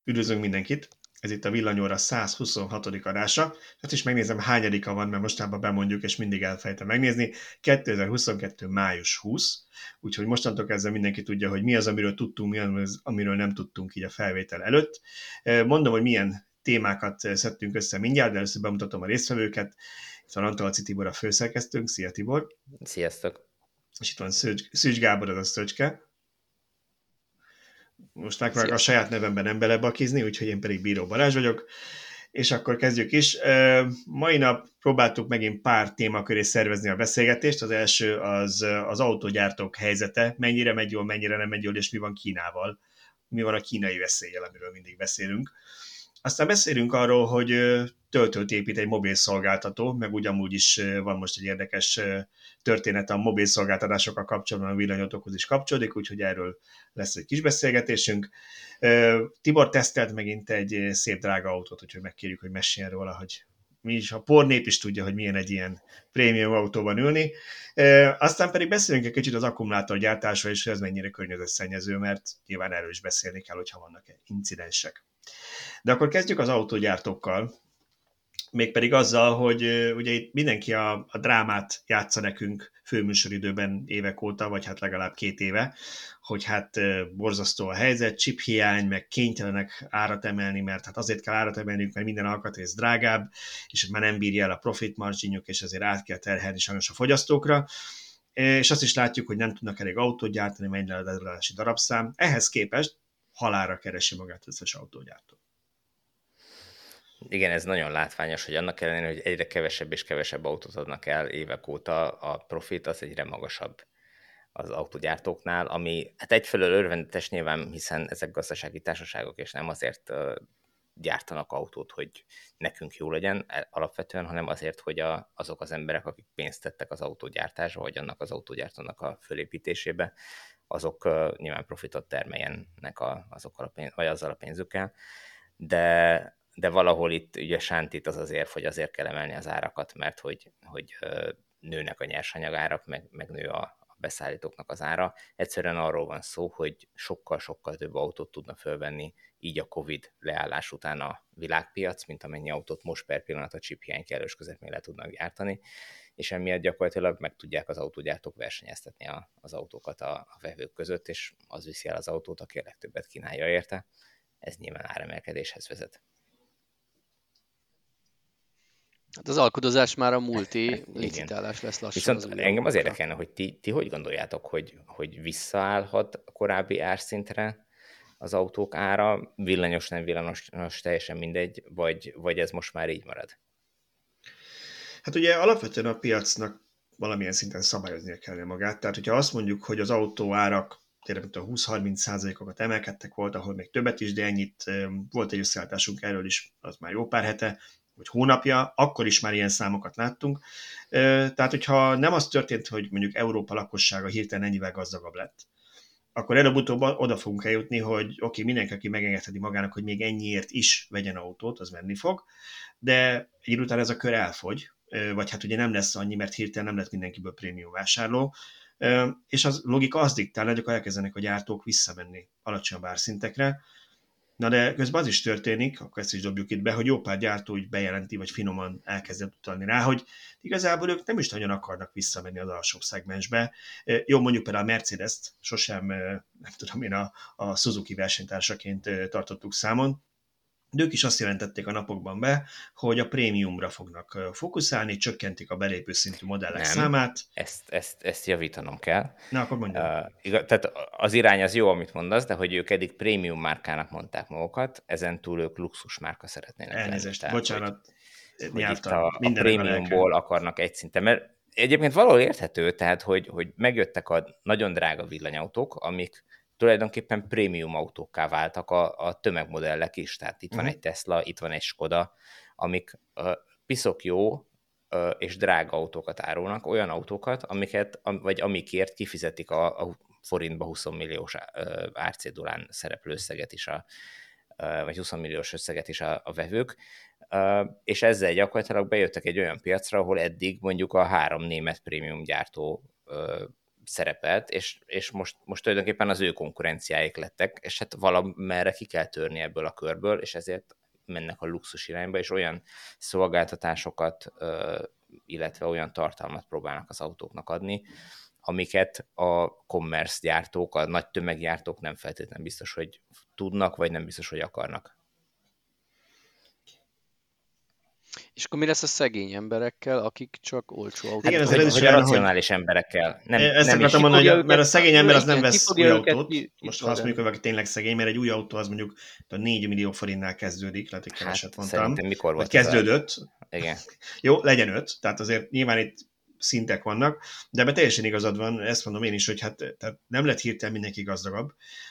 Üdvözlünk mindenkit! Ez itt a Villanyóra 126. adása. Hát is megnézem, hányadika van, mert mostában bemondjuk, és mindig elfelejtem megnézni. 2022. május 20. Úgyhogy mostantól kezdve mindenki tudja, hogy mi az, amiről tudtunk, mi az, amiről nem tudtunk így a felvétel előtt. Mondom, hogy milyen témákat szedtünk össze mindjárt, de először bemutatom a résztvevőket. Itt van Antalci Tibor, a főszerkesztőnk. Szia, Tibor! Sziasztok! És itt van Szűcs Gábor, az a Szöcske. Most megpróbálok a saját nevemben nem belebakizni, úgyhogy én pedig Bíró Balázs vagyok. És akkor kezdjük is. Mai nap próbáltuk megint pár témaköré szervezni a beszélgetést. Az első az autógyártók helyzete, mennyire megy jól, mennyire nem megy jól, és mi van Kínával. Mi van a kínai veszéllyel, amiről mindig beszélünk. Aztán beszélünk arról, hogy töltőt épít egy mobilszolgáltató, meg ugyanúgy is van most egy érdekes történet a mobilszolgáltatásokkal kapcsolatban, a villanyautókhoz is kapcsolódik, úgyhogy erről lesz egy kis beszélgetésünk. Tibor tesztelt megint egy szép drága autót, úgyhogy megkérjük, hogy meséljen róla, hogy mi is, a pornép is tudja, hogy milyen egy ilyen prémium autóban ülni. Aztán pedig beszélünk egy kicsit az akkumulátorgyártásról, és hogy ez mennyire környezetszennyező, mert nyilván erről is beszélni kell, hogyha vannak incidensek. De akkor kezdjük az autógyártókkal, mégpedig azzal, hogy ugye itt mindenki a drámát játsza nekünk főműsoridőben évek óta, vagy hát legalább 2 éve, hogy hát borzasztó a helyzet, chiphiány, meg kénytelenek árat emelni, mert hát azért kell árat emelniük, mert minden alkatrész drágább, és már nem bírja el a profit marginjuk, és ezért át kell terhelni sajnos a fogyasztókra. És azt is látjuk, hogy nem tudnak elég autót gyártani, mennyire a eladási darabszám. Ehhez képest halálra keresi magát az összes autógyártó. Igen, ez nagyon látványos, hogy annak ellenére, hogy egyre kevesebb és kevesebb autót adnak el évek óta, a profit az egyre magasabb az autógyártóknál, ami hát egyfelől örvendetes nyilván, hiszen ezek gazdasági társaságok, és nem azért gyártanak autót, hogy nekünk jó legyen alapvetően, hanem azért, hogy azok az emberek, akik pénzt tettek az autógyártásba, vagy annak az autógyártónak a fölépítésébe, azok nyilván profitot termeljenek azzal a pénzükkel, de valahol itt ugye sántít az érv, hogy azért kell emelni az árakat, mert hogy nőnek a nyersanyagárak, meg nő a beszállítóknak az ára. Egyszerűen arról van szó, hogy sokkal-sokkal több autót tudna fölvenni így a Covid leállás után a világpiac, mint amennyi autót most per pillanat a chiphiány kellős közepén le tudnak gyártani, és emiatt gyakorlatilag meg tudják az autógyártók versenyeztetni az autókat a vevők között, és az viszi el az autót, aki a legtöbbet kínálja érte. Ez nyilván áremelkedéshez vezet. Hát az alkudozás már a multi licitálás lesz lassan. Viszont engem az érdekelne, hogy ti hogy gondoljátok, hogy visszaállhat a korábbi árszintre az autók ára, villanyos, nem villanyos, teljesen mindegy, vagy ez most már így marad? Hát ugye alapvetően a piacnak valamilyen szinten szabályoznia kellene magát, tehát hogyha azt mondjuk, hogy az autó árak tényleg a 20-30%-okat emelkedtek, volt, ahol még többet is, de ennyit volt egy összeállításunk erről is, az már jó pár hete, vagy hónapja, akkor is már ilyen számokat láttunk. Tehát, hogyha nem az történt, hogy mondjuk Európa lakossága hirtelen ennyivel gazdagabb lett, akkor előbb-utóbb oda fogunk eljutni, hogy oké, mindenki, aki megengedheti magának, hogy még ennyiért is vegyen autót, az menni fog, de egy idő után ez a kör elfogy, vagy hát ugye nem lesz annyi, mert hirtelen nem lett mindenkiből prémium vásárló, és az logika az diktál, hogy akkor elkezdenek a gyártók visszamenni alacsonyabb árszintekre. Na de közben az is történik, akkor ezt is dobjuk itt be, hogy jó pár gyártó úgy bejelenti, vagy finoman elkezdett utalni rá, hogy igazából ők nem is nagyon akarnak visszamenni az alsóbb szegmensbe. Jó, mondjuk például a Mercedes-t sosem, nem tudom én, a Suzuki versenytársaként tartottuk számon, de ők is azt jelentették a napokban be, hogy a prémiumra fognak fókuszálni, csökkentik a belépő szintű modellek számát. Ezt javítanom kell. Na, akkor mondjam. Tehát az irány az jó, amit mondasz, de hogy ők eddig prémium márkának mondták magukat, ezen túl ők luxus márka szeretnének lenni. Elnézést, bocsánat. Hogy itt a prémiumból akarnak egy szinten, mert egyébként valahol érthető, tehát hogy megjöttek a nagyon drága villanyautók, amik tulajdonképpen prémium autókká váltak a tömegmodellek is. Tehát itt van egy Tesla, itt van egy Skoda, amik piszok jó és drága autókat árulnak, olyan autókat, amikért kifizetik a forintba 20 milliós árcédulán szereplő összeget is, vagy 20 milliós összeget is a vevők, és ezzel gyakorlatilag bejöttek egy olyan piacra, ahol eddig mondjuk a 3 német prémium gyártó szerepelt, és most tulajdonképpen az ő konkurenciáik lettek, és hát valamerre ki kell törni ebből a körből, és ezért mennek a luxus irányba, és olyan szolgáltatásokat, illetve olyan tartalmat próbálnak az autóknak adni, amiket a commerce gyártók, a nagy tömeggyártók nem feltétlenül biztos, hogy tudnak, vagy nem biztos, hogy akarnak. És akkor mi lesz a szegény emberekkel, akik csak olcsó autót? Igen, Hát, hogy a racionális emberekkel. Ezt nem akartam is. mondani, mert a szegény ember az nem vesz új autót. Most Most ha azt mondjuk, hogy valaki tényleg szegény, mert egy új autó az mondjuk 4 millió forintnál kezdődik, lehet, hogy keveset mondtam. Szerintem mikor volt kezdődött. Igen. Jó, legyen 5, tehát azért nyilván itt szintek vannak, de ebben teljesen igazad van, ezt mondom én is, hogy hát tehát nem lett hirtelen mindenki gazdagabb,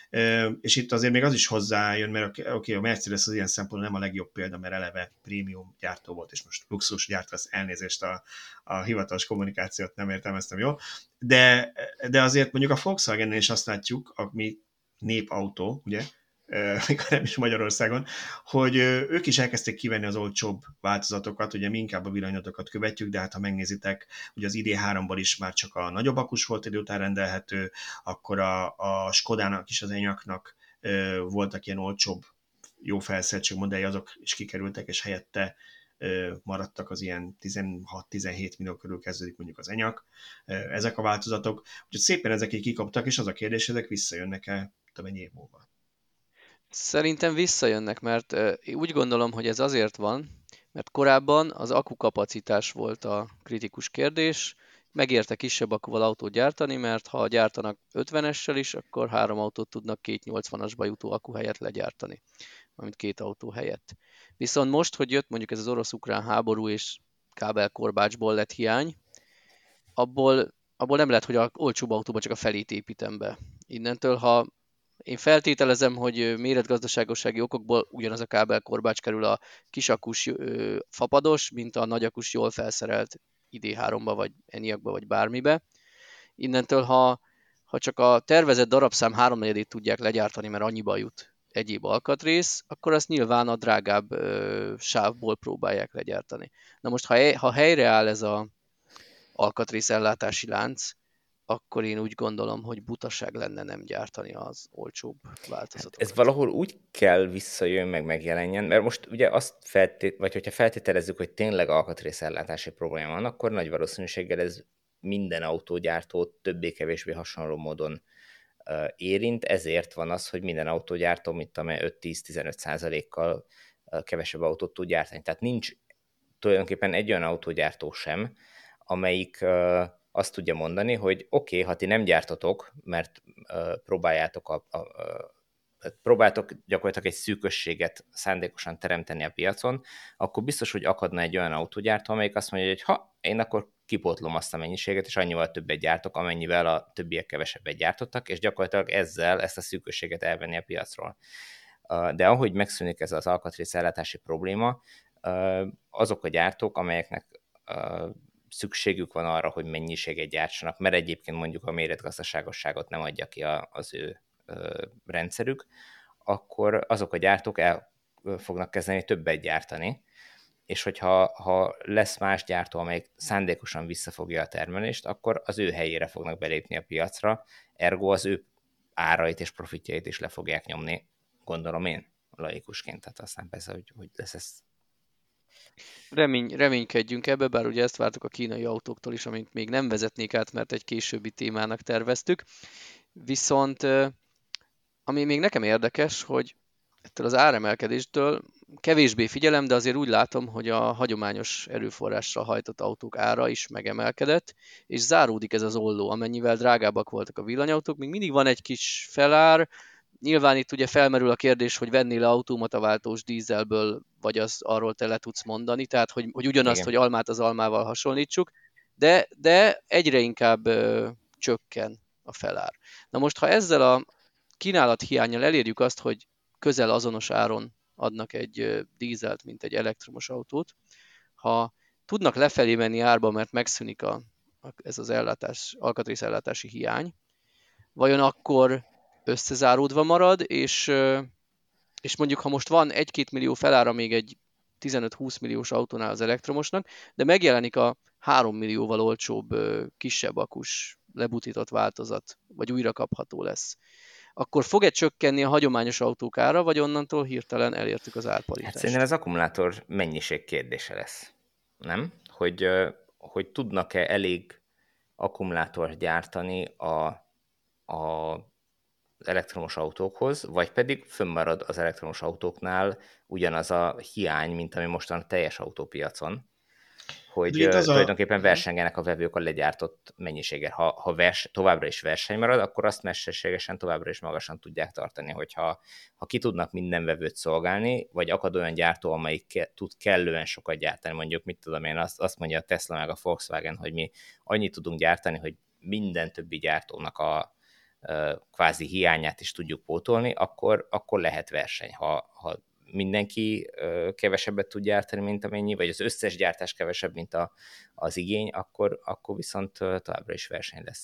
és itt azért még az is hozzájön, mert oké, a Mercedes az ilyen szempontból nem a legjobb példa, mert eleve prémium gyártó volt, és most luxus gyártó, elnézést a hivatalos kommunikációt nem értelmeztem jól, de azért mondjuk a Volkswagen-nél is azt látjuk, ami népautó, ugye, mikor nem is Magyarországon, hogy ők is elkezdték kivenni az olcsóbb változatokat, ugye mi inkább a villanyautókat követjük, de hát ha megnézitek, ugye az ID3-ból is már csak a nagyobb akus volt idő után rendelhető, akkor a Skodának is, az Enyaqnak voltak ilyen olcsóbb, jó felszettség modellei, azok is kikerültek, és helyette maradtak az ilyen 16-17 millió körül kezdődik mondjuk az Enyaq, ezek a változatok, úgyhogy szépen ezek így kikaptak, és az a kérdés, ezek visszajönnek-e több egy év múlva. Szerintem visszajönnek, mert úgy gondolom, hogy ez azért van, mert korábban az akkukapacitás volt a kritikus kérdés, megérte kisebb akkuval autót gyártani, mert ha gyártanak 50-essel is, akkor 3 autót tudnak 280-asba jutó akku helyett legyártani, valamint 2 autó helyett. Viszont most, hogy jött mondjuk ez az orosz-ukrán háború és kábelkorbácsból lett hiány, abból nem lehet, hogy a olcsóbb autóban csak a felét építem be. Innentől, ha én feltételezem, hogy méretgazdaságossági okokból ugyanaz a kábelkorbács kerül a kisakus fapados, mint a nagyakus jól felszerelt ID3-ba, vagy Enyaqba, vagy bármibe. Innentől, ha csak a tervezett darabszám 3/4-ét tudják legyártani, mert annyiba jut egyéb alkatrész, akkor azt nyilván a drágább sávból próbálják legyártani. Na most, ha helyreáll ez az alkatrészellátási lánc, akkor én úgy gondolom, hogy butaság lenne nem gyártani az olcsóbb változatokat. Ez valahol úgy kell visszajön, meg megjelenjen, mert most ugye vagy hogyha feltételezzük, hogy tényleg alkatrészellátási probléma van, akkor nagy valószínűséggel ez minden autógyártót többé-kevésbé hasonló módon érint, ezért van az, hogy minden autógyártó, mint amely 5-10-15%-kal kevesebb autót tud gyártani. Tehát nincs tulajdonképpen egy olyan autógyártó sem, amelyik azt tudja mondani, hogy oké, ha ti nem gyártotok, mert próbáltok gyakorlatilag egy szűkösséget szándékosan teremteni a piacon, akkor biztos, hogy akadna egy olyan autógyártó, amelyik azt mondja, hogy én akkor kipótlom azt a mennyiséget, és annyival többet gyártok, amennyivel a többiek kevesebbet gyártottak, és gyakorlatilag ezzel ezt a szűkösséget elvenni a piacról. De ahogy megszűnik ez az alkatrészellátási probléma, azok a gyártók, amelyeknek szükségük van arra, hogy mennyiséget gyártsanak, mert egyébként mondjuk a méretgazdaságosságot nem adja ki az ő rendszerük, akkor azok a gyártók el fognak kezdeni többet gyártani, és hogyha lesz más gyártó, amelyik szándékosan visszafogja a termelést, akkor az ő helyére fognak belépni a piacra, ergo az ő árait és profitjait is le fogják nyomni, gondolom én, laikusként, tehát aztán persze, hogy lesz ez. Reménykedjünk ebbe, bár ugye ezt vártuk a kínai autóktól is, amit még nem vezetnék át, mert egy későbbi témának terveztük. Viszont ami még nekem érdekes, hogy ettől az áremelkedéstől kevésbé figyelem, de azért úgy látom, hogy a hagyományos erőforrással hajtott autók ára is megemelkedett, és záródik ez az olló, amennyivel drágábbak voltak a villanyautók. Még mindig van egy kis felár, nyilván itt ugye felmerül a kérdés, hogy vennél le automataváltós dízelből, vagy arról te le tudsz mondani, tehát hogy ugyanazt, igen, hogy almát az almával hasonlítsuk, de egyre inkább csökken a felár. Na most, ha ezzel a kínálathiánnyal elérjük azt, hogy közel azonos áron adnak egy dízelt, mint egy elektromos autót, ha tudnak lefelé menni árba, mert megszűnik ez az alkatrészellátási hiány, vajon akkor összezáródva marad, és mondjuk, ha most van 1-2 millió felára még egy 15-20 milliós autónál az elektromosnak, de megjelenik a 3 millióval olcsóbb, kisebb akus lebutított változat, vagy újra kapható lesz, akkor fog-e csökkenni a hagyományos autók ára, vagy onnantól hirtelen elértük az Hát árparitást? szerintem ez akkumulátor mennyiség kérdése lesz, nem? Hogy tudnak-e elég akkumulátort gyártani az elektromos autókhoz, vagy pedig fönnmarad az elektromos autóknál ugyanaz a hiány, mint ami mostan a teljes autópiacon, hogy Hát ugye itt tulajdonképpen versengenek a vevők a legyártott mennyiséggel. Ha továbbra is verseny marad, akkor azt mesterségesen továbbra is magasan tudják tartani, hogyha ki tudnak minden vevőt szolgálni, vagy akad olyan gyártó, amelyik tud kellően sokat gyártani, mondjuk mit tudom én, azt mondja a Tesla meg a Volkswagen, hogy mi annyit tudunk gyártani, hogy minden többi gyártónak a kvázi hiányát is tudjuk pótolni, akkor lehet verseny. Ha mindenki kevesebbet tud gyártani, mint amennyi, vagy az összes gyártás kevesebb, mint az igény, akkor viszont továbbra is verseny lesz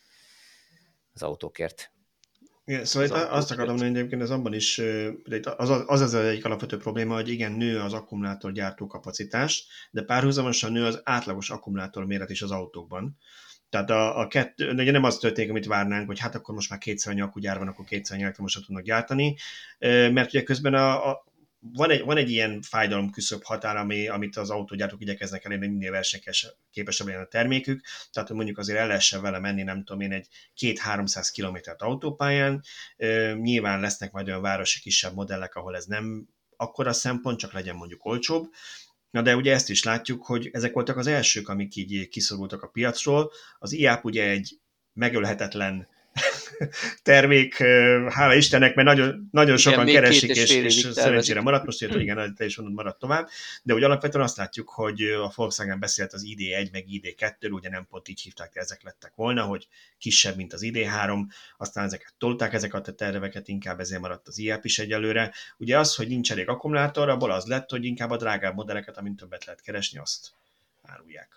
az autókért. Igen, szóval itt azt akarom mondani, hogy egyébként ez abban is, az egyik alapvető probléma, hogy igen, nő az akkumulátorgyártó kapacitás, de párhuzamosan nő az átlagos akkumulátor méret is az autókban. Tehát a kettő, ugye nem az történik, amit várnánk, hogy hát akkor most már kétszer annyi akkugyár van, akkor kétszer annyi elektromosat tudnak gyártani, mert ugye közben van egy ilyen fájdalomküszöbb határ, amit az autógyártók igyekeznek elérni, hogy minél versenyképesebb legyen a termékük, tehát hogy mondjuk azért el lehessen vele menni, nem tudom én, egy 200-300 kilométert autópályán, nyilván lesznek majd olyan városi kisebb modellek, ahol ez nem akkora szempont, csak legyen mondjuk olcsóbb. Na de ugye ezt is látjuk, hogy ezek voltak az elsők, amik így kiszorultak a piacról. Az IAP ugye egy megölhetetlen termék, hála Istennek, mert nagyon sokan keresik, és szerencsére maradt, most írta, hogy igen, te is mondod, maradt tovább, de úgy alapvetően azt látjuk, hogy a Volkswagen beszélt az ID1 meg ID2-ről, ugye nem pont így hívták, ezek lettek volna, hogy kisebb, mint az ID3, aztán ezeket tolták, ezeket a terveket, inkább ezért maradt az IAP is egyelőre. Ugye az, hogy nincs elég akkumulátor, abból az lett, hogy inkább a drágább modelleket, amint többet lehet keresni, azt árulják.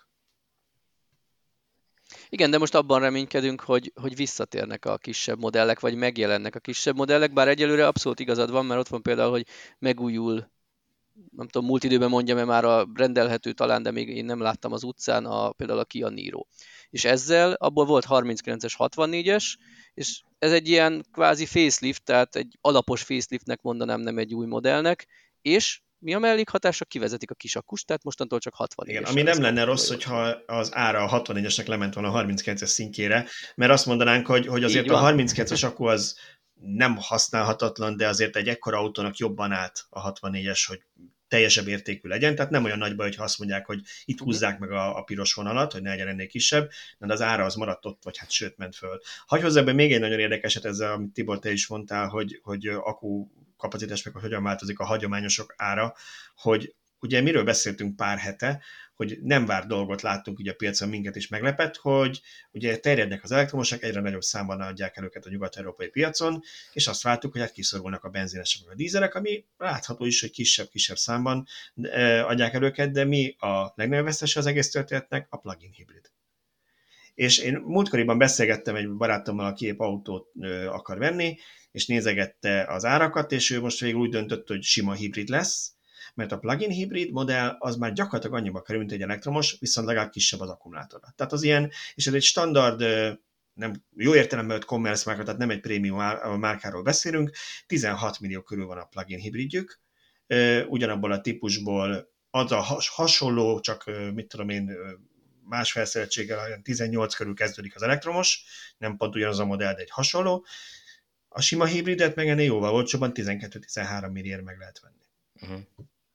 Igen, de most abban reménykedünk, hogy visszatérnek a kisebb modellek, vagy megjelennek a kisebb modellek, bár egyelőre abszolút igazad van, mert ott van például, hogy megújul, nem tudom, múlt időben mondjam-e már a rendelhető talán, de még én nem láttam az utcán, például a Kia Niro. És ezzel, abból volt 39-es, 64-es, és ez egy ilyen kvázi facelift, tehát egy alapos faceliftnek mondanám, nem egy új modellnek, és mi a mellékhatása? Kivezetik a kis akkust, tehát mostantól csak 64-es. Igen, ami nem lenne rossz, hogyha az ára a 64-esnek lement volna a 39-es szintjére, mert azt mondanánk, hogy azért a 39-es akku az nem használhatatlan, de azért egy ekkora autónak jobban állt a 64-es, hogy teljesebb értékű legyen, tehát nem olyan nagy baj, hogyha azt mondják, hogy itt húzzák meg a piros vonalat, hogy ne legyen ennél kisebb, de az ára az maradt ott, vagy hát sőt ment föl. Hagy hozzá be még egy nagyon érdekeset ezzel, amit Tibor, te is mondtál, hogy akku kapacitás meg, hogy hogyan változik a hagyományosok ára, hogy ugye miről beszéltünk pár hete, hogy nem várt dolgot láttunk ugye a piacon, minket is meglepett, hogy ugye terjednek az elektromosak, egyre nagyobb számban adják el őket a nyugat-európai piacon, és azt vártuk, hogy hát kiszorulnak a benzinesek, a dízelek, ami látható is, hogy kisebb számban adják el őket, de mi a legnagyobb vesztese az egész történetnek? A plug-in hibrid. És én múltkoriban beszélgettem egy barátommal, aki épp autót akar venni, és nézegette az árakat, és ő most végül úgy döntött, hogy sima hibrid lesz, mert a plug-in hibrid modell az már gyakorlatilag annyiba kerül, mint egy elektromos, viszont legalább kisebb az akkumulátora. Tehát az ilyen, és ez egy standard, nem, jó értelemben vett commerce márka, tehát nem egy prémium márkáról beszélünk, 16 millió körül van a plug-in hibridjük, ugyanabból a típusból az a hasonló, csak mit tudom én, más felszereltséggel, 18 körül kezdődik az elektromos, nem pont ugyanaz a modell, de egy hasonló. A sima hibridet meg ennél jóval olcsóban 12-13 millióért meg lehet venni. Uh-huh.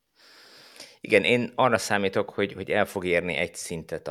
Igen, én arra számítok, hogy el fog érni egy szintet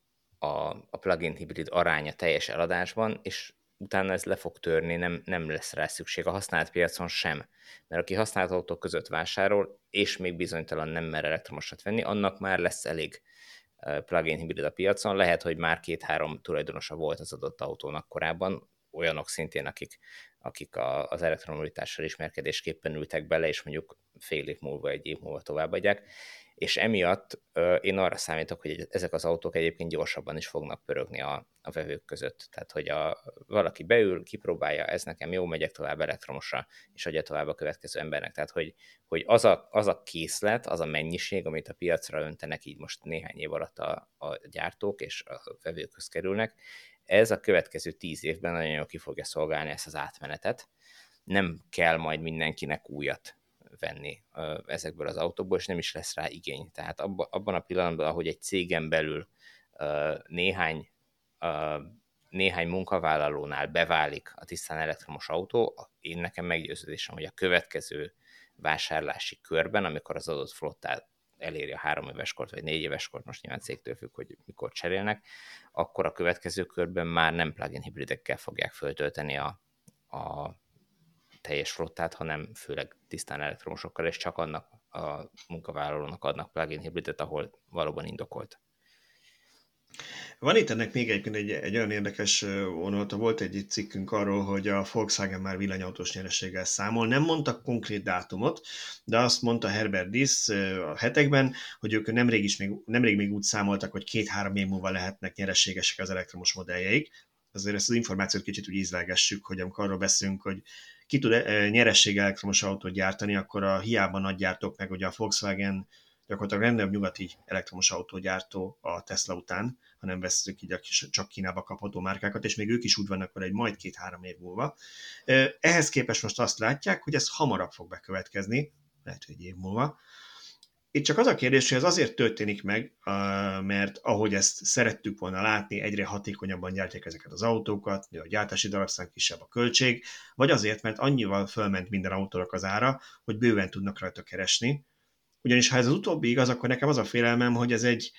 a plug-in hibrid aránya teljes eladásban, és utána ez le fog törni, nem lesz rá szükség a használt piacon sem. Mert aki használt autók között vásárol, és még bizonytalan nem mer elektromosat venni, annak már lesz elég plug-in hibrid a piacon. Lehet, hogy már 2-3 tulajdonosa volt az adott autónak korábban, olyanok szintén, akik az elektromobilitással ismerkedésképpen ültek bele, és mondjuk fél év múlva, egy év múlva továbbadják. És emiatt én arra számítok, hogy ezek az autók egyébként gyorsabban is fognak pörögni a vevők között. Tehát, hogy valaki beül, kipróbálja, ez nekem jó, megyek tovább elektromosra, és adja tovább a következő embernek. Tehát, hogy az a készlet, az a mennyiség, amit a piacra öntenek így most néhány év alatt a gyártók, és a vevőkhöz kerülnek, ez a következő 10 évben nagyon jól ki fogja szolgálni ezt az átmenetet. Nem kell majd mindenkinek újat venni ezekből az autókból, és nem is lesz rá igény. Tehát abban a pillanatban, ahogy egy cégen belül néhány munkavállalónál beválik a tisztán elektromos autó, én nekem meggyőződésem, hogy a következő vásárlási körben, amikor az adott flottát eléri a 3 éves kort, vagy 4 éves kort, most nyilván cégtől függ, hogy mikor cserélnek, akkor a következő körben már nem plug-in hibridekkel fogják föltölteni a teljes flottát, hanem főleg tisztán elektromosokkal, és csak annak a munkavállalónak adnak plug-in hibridet, ahol valóban indokolt. Van itt ennek még egy olyan érdekes vonulata, volt egy cikkünk arról, hogy a Volkswagen már villanyautós nyereséggel számol. Nem mondtak konkrét dátumot, de azt mondta Herbert Diess a hetekben, hogy ők nemrég még úgy számoltak, hogy 2-3 év múlva lehetnek nyereségesek az elektromos modelljeik. Azért ezt az információt kicsit úgy ízlelgessük, hogy amikor arról beszélünk, hogy ki tud nyerességgel elektromos autót gyártani, akkor a hiába nagy gyártók meg, ugye a Volkswagen gyakorlatilag legnagyobb nyugati elektromos autógyártó a Tesla után, ha nem veszük így a csak Kínába kapható márkákat, és még ők is úgy vannak vele, egy majd 2-3 év múlva. Ehhez képest most azt látják, hogy ez hamarabb fog bekövetkezni, lehet, hogy egy év múlva. Itt csak az a kérdés, hogy ez azért történik meg, mert ahogy ezt szerettük volna látni, egyre hatékonyabban gyártják ezeket az autókat, a gyártási darabszám kisebb a költség, vagy azért, mert annyival fölment minden autónak az ára, hogy bőven tudnak rajta keresni. Ugyanis ha ez az utóbbi igaz, akkor nekem az a félelmem, hogy ez egy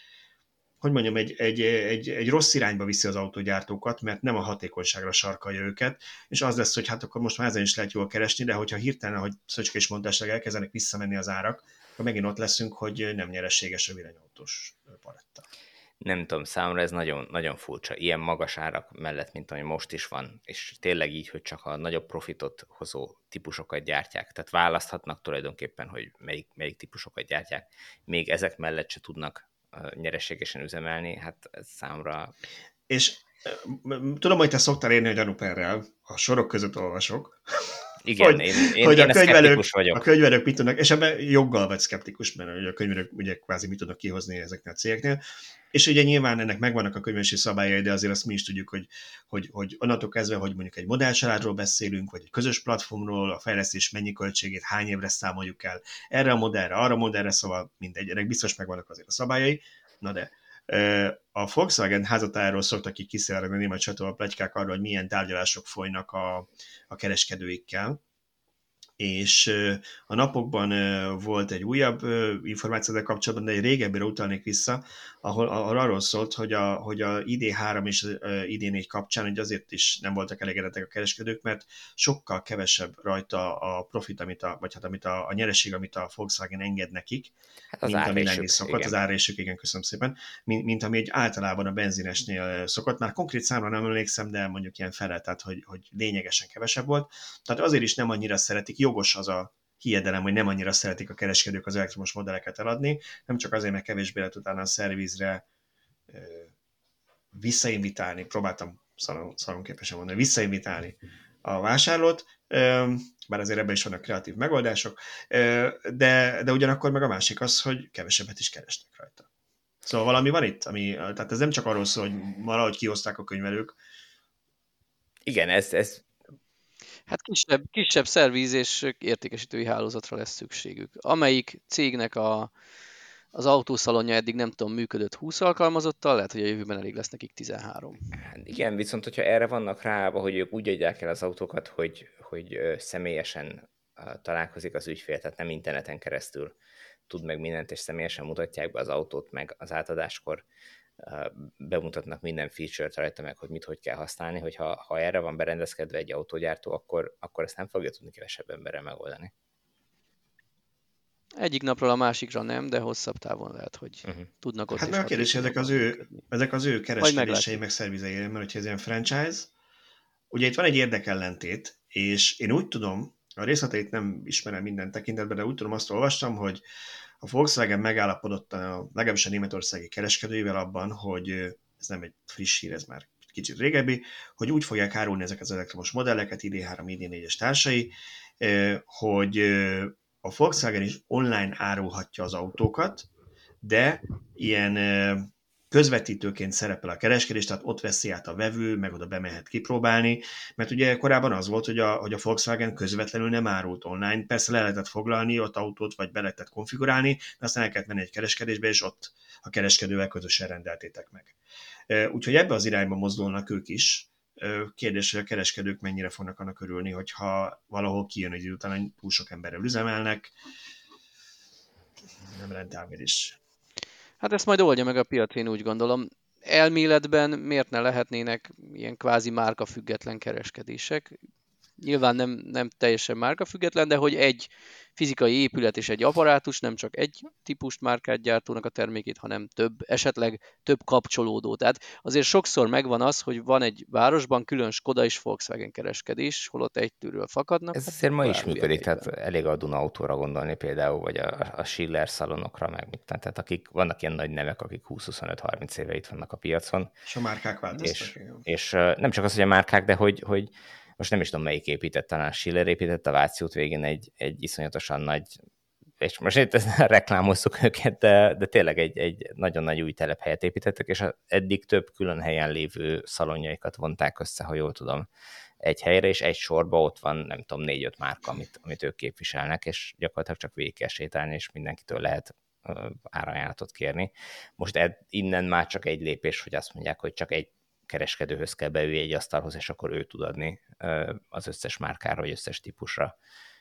rossz irányba viszi az autógyártókat, mert nem a hatékonyságra sarkalja őket, és az lesz, hogy hát akkor most már ezen is lehet jól keresni, de hogyha hirtelen, ahogy Szöcske is mondta, elkezdenek visszamenni az árak, akkor megint ott leszünk, hogy nem nyereséges a villanyautós paletta. Nem tudom, számomra ez nagyon, nagyon furcsa. Ilyen magas árak mellett, mint ami most is van, és tényleg így, hogy csak a nagyobb profitot hozó típusokat gyártják. Tehát választhatnak tulajdonképpen, hogy melyik típusokat gyártják. Még ezek mellett se tudnak nyereségesen üzemelni, hát ez számomra... És tudom, hogy te szoktál érni a gyanúperrel, a sorok között olvasok. Igen, hogy én szkeptikus vagyok. A könyvelők mit tudnak, és ebben joggal vagy szkeptikus, mert a könyvelők ugye kvázi mit tudnak kihozni ezeknél a cégeknél. És ugye nyilván ennek megvannak a könyvelési szabályai, de azért azt mi is tudjuk, hogy onnantól kezdve, hogy mondjuk egy modellcsaládról beszélünk, vagy egy közös platformról, a fejlesztés mennyi költségét, hány évre számoljuk el, erre a modellre, arra a modellre, szóval mindegy, ennek biztos megvannak azért a szabályai. Na de a Volkswagen házatájáról szoktak így kiszivárogni a német sajtóban pletykák arról, hogy milyen tárgyalások folynak a kereskedőikkel, és a napokban volt egy újabb információ kapcsolatban, de egy régebbire utalnék vissza, ahol arról szólt, hogy a ID3 és az ID4 kapcsán hogy azért is nem voltak elégedettek a kereskedők, mert sokkal kevesebb rajta a profit, amit a nyereség, amit a Volkswagen enged nekik, Hát mint ami lenni szokott, igen. az árrésük, igen, köszönöm szépen, mint ami egy általában a benzinesnél szokott. Már konkrét számra nem emlékszem, de mondjuk ilyen fele, tehát hogy lényegesen kevesebb volt. Tehát azért is nem annyira szeretik, jogos az a hiedelem, hogy nem annyira szeretik a kereskedők az elektromos modelleket eladni, nem csak azért, mert kevésbé lehet utána a szervizre visszainvitálni, próbáltam szalonképesen mondani, visszainvitálni a vásárlót, bár azért ebben is vannak kreatív megoldások, de ugyanakkor meg a másik az, hogy kevesebbet is keresnek rajta. Szóval valami van itt, tehát ez nem csak arról szól, hogy valahogy kihozták a könyvelők. Igen, ez Hát kisebb szerviz és értékesítői hálózatra lesz szükségük. Amelyik cégnek az autószalonja eddig nem tudom, működött 20 alkalmazottal, lehet, hogy a jövőben elég lesz nekik 13. Hát igen, viszont hogyha erre vannak ráállva, hogy ők úgy adják el az autókat, hogy személyesen találkozik az ügyfél, tehát nem interneten keresztül tud meg mindent, és személyesen mutatják be az autót, meg az átadáskor bemutatnak minden feature-t rajta, meg hogy hogy kell használni, hogy ha erre van berendezkedve egy autógyártó, akkor ezt nem fogja tudni kevesebb emberrel megoldani. Egyik napról a másikra nem, de hosszabb távon lehet, hogy tudnak ott hát is. Hát a kérdés, ezek az ő kereskedései, meg szervizei, mert hogyha ez ilyen franchise, ugye itt van egy érdekellentét, és én úgy tudom, a részleteit nem ismerem minden tekintetben, de úgy tudom, azt olvastam, hogy a Volkswagen megállapodott legalábbis a németországi kereskedőivel abban, hogy ez nem egy friss hír, ez már kicsit régebbi, hogy úgy fogják árulni ezeket az elektromos modelleket, ID3, ID4-es társai, hogy a Volkswagen is online árulhatja az autókat, de ilyen közvetítőként szerepel a kereskedés, tehát ott veszi át a vevő, meg oda bemehet kipróbálni, mert ugye korábban az volt, hogy a Volkswagen közvetlenül nem árult online, persze le lehetett foglalni ott autót, vagy be lehetett konfigurálni, de aztán el kellett menni egy kereskedésbe, és ott a kereskedővel közösen rendeltétek meg. Úgyhogy ebbe az irányba mozdulnak ők is. Kérdés, hogy a kereskedők mennyire fognak annak örülni, hogyha valahol kijön egy idő után, hogy túl sok emberrel üzemelnek, nem rentálmérés. Hát ezt majd oldja meg a piac, én úgy gondolom. Elméletben miért ne lehetnének ilyen kvázi márkafüggetlen kereskedések? Nyilván nem teljesen márkafüggetlen, de hogy egy fizikai épület és egy apparátus nem csak egy típust márkát gyártónak a termékét, hanem esetleg több kapcsolódó. Tehát azért sokszor megvan az, hogy van egy városban külön Skoda és Volkswagen kereskedés, holott egy tűről fakadnak. Ez azért ma is működik, tehát elég a Duna Autóra gondolni például, vagy a Schiller szalonokra, meg mit. Tehát vannak ilyen nagy nevek, akik 20-25-30 éve itt vannak a piacon. És a márkák változtak. És nem csak az, hogy a márkák, de hogy most nem is tudom, melyik épített, talán a Schiller épített a Váci út végén egy iszonyatosan nagy, és most itt reklámozzuk őket, de tényleg egy nagyon nagy új telephelyet építettek, és eddig több külön helyen lévő szalonjaikat vonták össze, ha jól tudom, egy helyre, és egy sorba ott van, nem tudom, 4-5 márka, amit ők képviselnek, és gyakorlatilag csak végig kell sétálni, és mindenkitől lehet árajánlatot kérni. Most innen már csak egy lépés, hogy azt mondják, hogy csak egy kereskedőhöz kell beülni egy asztalhoz, és akkor ő tud adni az összes márkára, vagy összes típusra,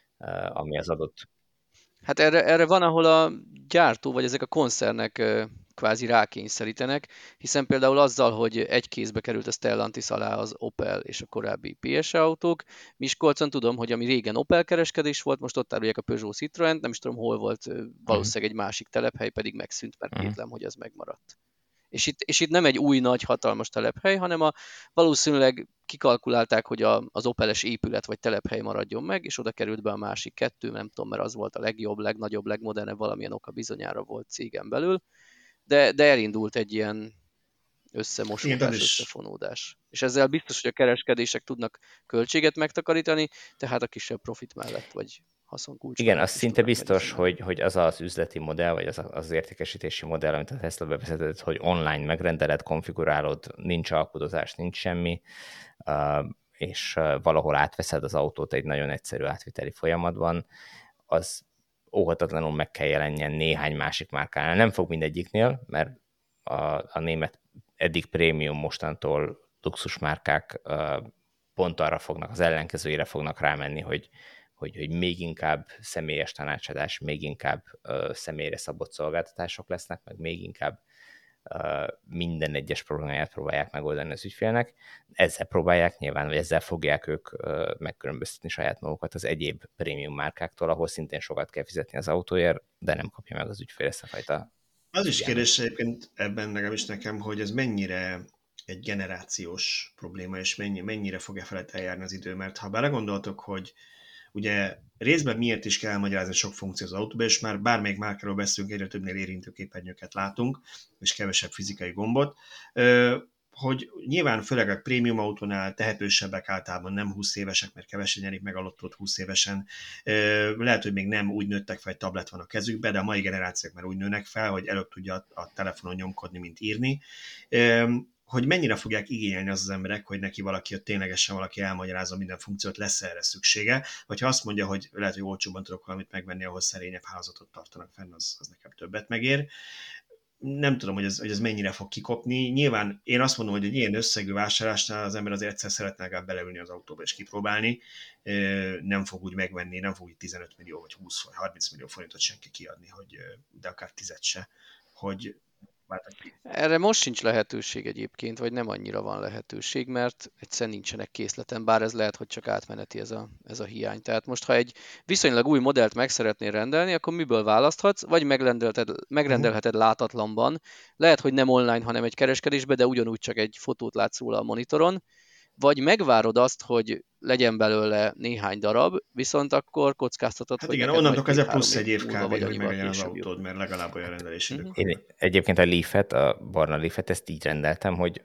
ami az adott. Hát erre van, ahol a gyártó, vagy ezek a koncernek kvázi rákényszerítenek, hiszen például azzal, hogy egy kézbe került a Stellantis alá az Opel és a korábbi PSA autók, Miskolcon tudom, hogy ami régen Opel kereskedés volt, most ott árulják a Peugeot Citroën, nem is tudom hol volt, valószínűleg egy másik telephely, pedig megszűnt, mert kétlem, hogy az megmaradt. És itt nem egy új, nagy, hatalmas telephely, hanem valószínűleg kikalkulálták, hogy az Opeles épület vagy telephely maradjon meg, és oda került be a másik kettő, nem tudom, mert az volt a legjobb, legnagyobb, legmodernebb, valamilyen oka bizonyára volt cégen belül, de elindult egy ilyen összemosódás, összefonódás. És ezzel biztos, hogy a kereskedések tudnak költséget megtakarítani, tehát a kisebb profit mellett, vagy haszonkulcs. Igen, az szinte biztos, hogy az az üzleti modell, vagy az értékesítési modell, amit a Tesla bevezetett, hogy online megrendeled, konfigurálod, nincs alkudozás, nincs semmi, és valahol átveszed az autót egy nagyon egyszerű átviteli folyamatban, az óhatatlanul meg kell jelenjen néhány másik márkánál. Nem fog mindegyiknél, mert a német eddig prémium, mostantól luxusmárkák pont arra fognak, az ellenkezőjére fognak rámenni, hogy még inkább személyes tanácsadás, még inkább személyre szabott szolgáltatások lesznek, meg még inkább minden egyes problémáját próbálják megoldani az ügyfélnek. Ezzel próbálják nyilván, vagy ezzel fogják ők megkülönböztetni saját magukat az egyéb prémium márkáktól, ahol szintén sokat kell fizetni az autóért, de nem kapja meg az ügyfél ezt a fajta. Az is kérdés egyébként ebben legalábbis nekem, hogy ez mennyire egy generációs probléma, és mennyire fog felett eljárni az idő, mert ha belegondoltok, hogy ugye részben miért is kell elmagyarázni sok funkció az autóban, és már bármelyik márkáról beszélünk, egyre többnél érintőképernyőket látunk, és kevesebb fizikai gombot, hogy nyilván főleg a prémium autónál tehetősebbek általában nem 20 évesek, mert kevesen nyerik meg a lottót 20 évesen. Lehet, hogy még nem úgy nőttek fel, hogy tablet van a kezükbe, de a mai generációk már úgy nőnek fel, hogy előbb tudja a telefonon nyomkodni, mint írni. Hogy mennyire fogják igényelni az emberek, hogy neki ténylegesen valaki elmagyarázza minden funkciót, lesz erre szüksége, vagy ha azt mondja, hogy lehet, hogy olcsóbban tudok valamit megvenni, ahol szerényebb hálózatot tartanak fenn, az nekem többet megér. Nem tudom, hogy ez mennyire fog kikopni. Nyilván én azt mondom, hogy egy ilyen összegű vásárlásnál az ember azért egyszer szeretne legalább beleülni az autóba és kipróbálni. Nem fog úgy megvenni, nem fog úgy 15 millió, vagy 20 vagy 30 millió forintot senki kiadni, de akár 10 se, hogy erre most sincs lehetőség egyébként, vagy nem annyira van lehetőség, mert egyszerűen nincsenek készleten, bár ez lehet, hogy csak átmeneti ez a hiány. Tehát most, ha egy viszonylag új modellt meg szeretnél rendelni, akkor miből választhatsz? Vagy megrendelheted látatlanban, lehet, hogy nem online, hanem egy kereskedésbe, de ugyanúgy csak egy fotót látsz róla a monitoron, vagy megvárod azt, hogy legyen belőle néhány darab, viszont akkor kockáztatod, hát hogy igen, onnantól kezdve plusz egy év múlva, kb. Hogy meglegyen az autód, mert legalább olyan rendelési idők. Én egyébként a Leaf-et, a barna Leaf-et, ezt így rendeltem, hogy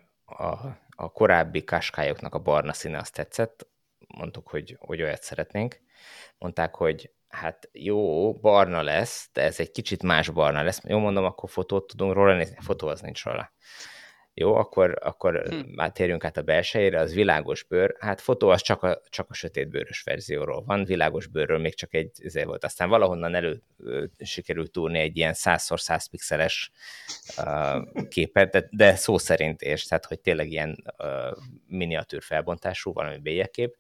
a korábbi Qashqai-oknak a barna színe azt tetszett, mondtuk, hogy olyat szeretnénk. Mondták, hogy Hát jó, barna lesz, de ez egy kicsit más barna lesz. Jó, mondom, akkor fotót tudunk róla nézni. Fotó az nincs róla. Jó, akkor már térjünk át a belsejére, az világos bőr. Hát fotó az csak a sötétbőrös verzióról van, világos bőrről még csak egy ezért volt. Aztán valahonnan sikerült túrni egy ilyen 100x100 pixeles képet, de szó szerint és tehát hogy tényleg ilyen miniatűr felbontású, valami bélyegkép.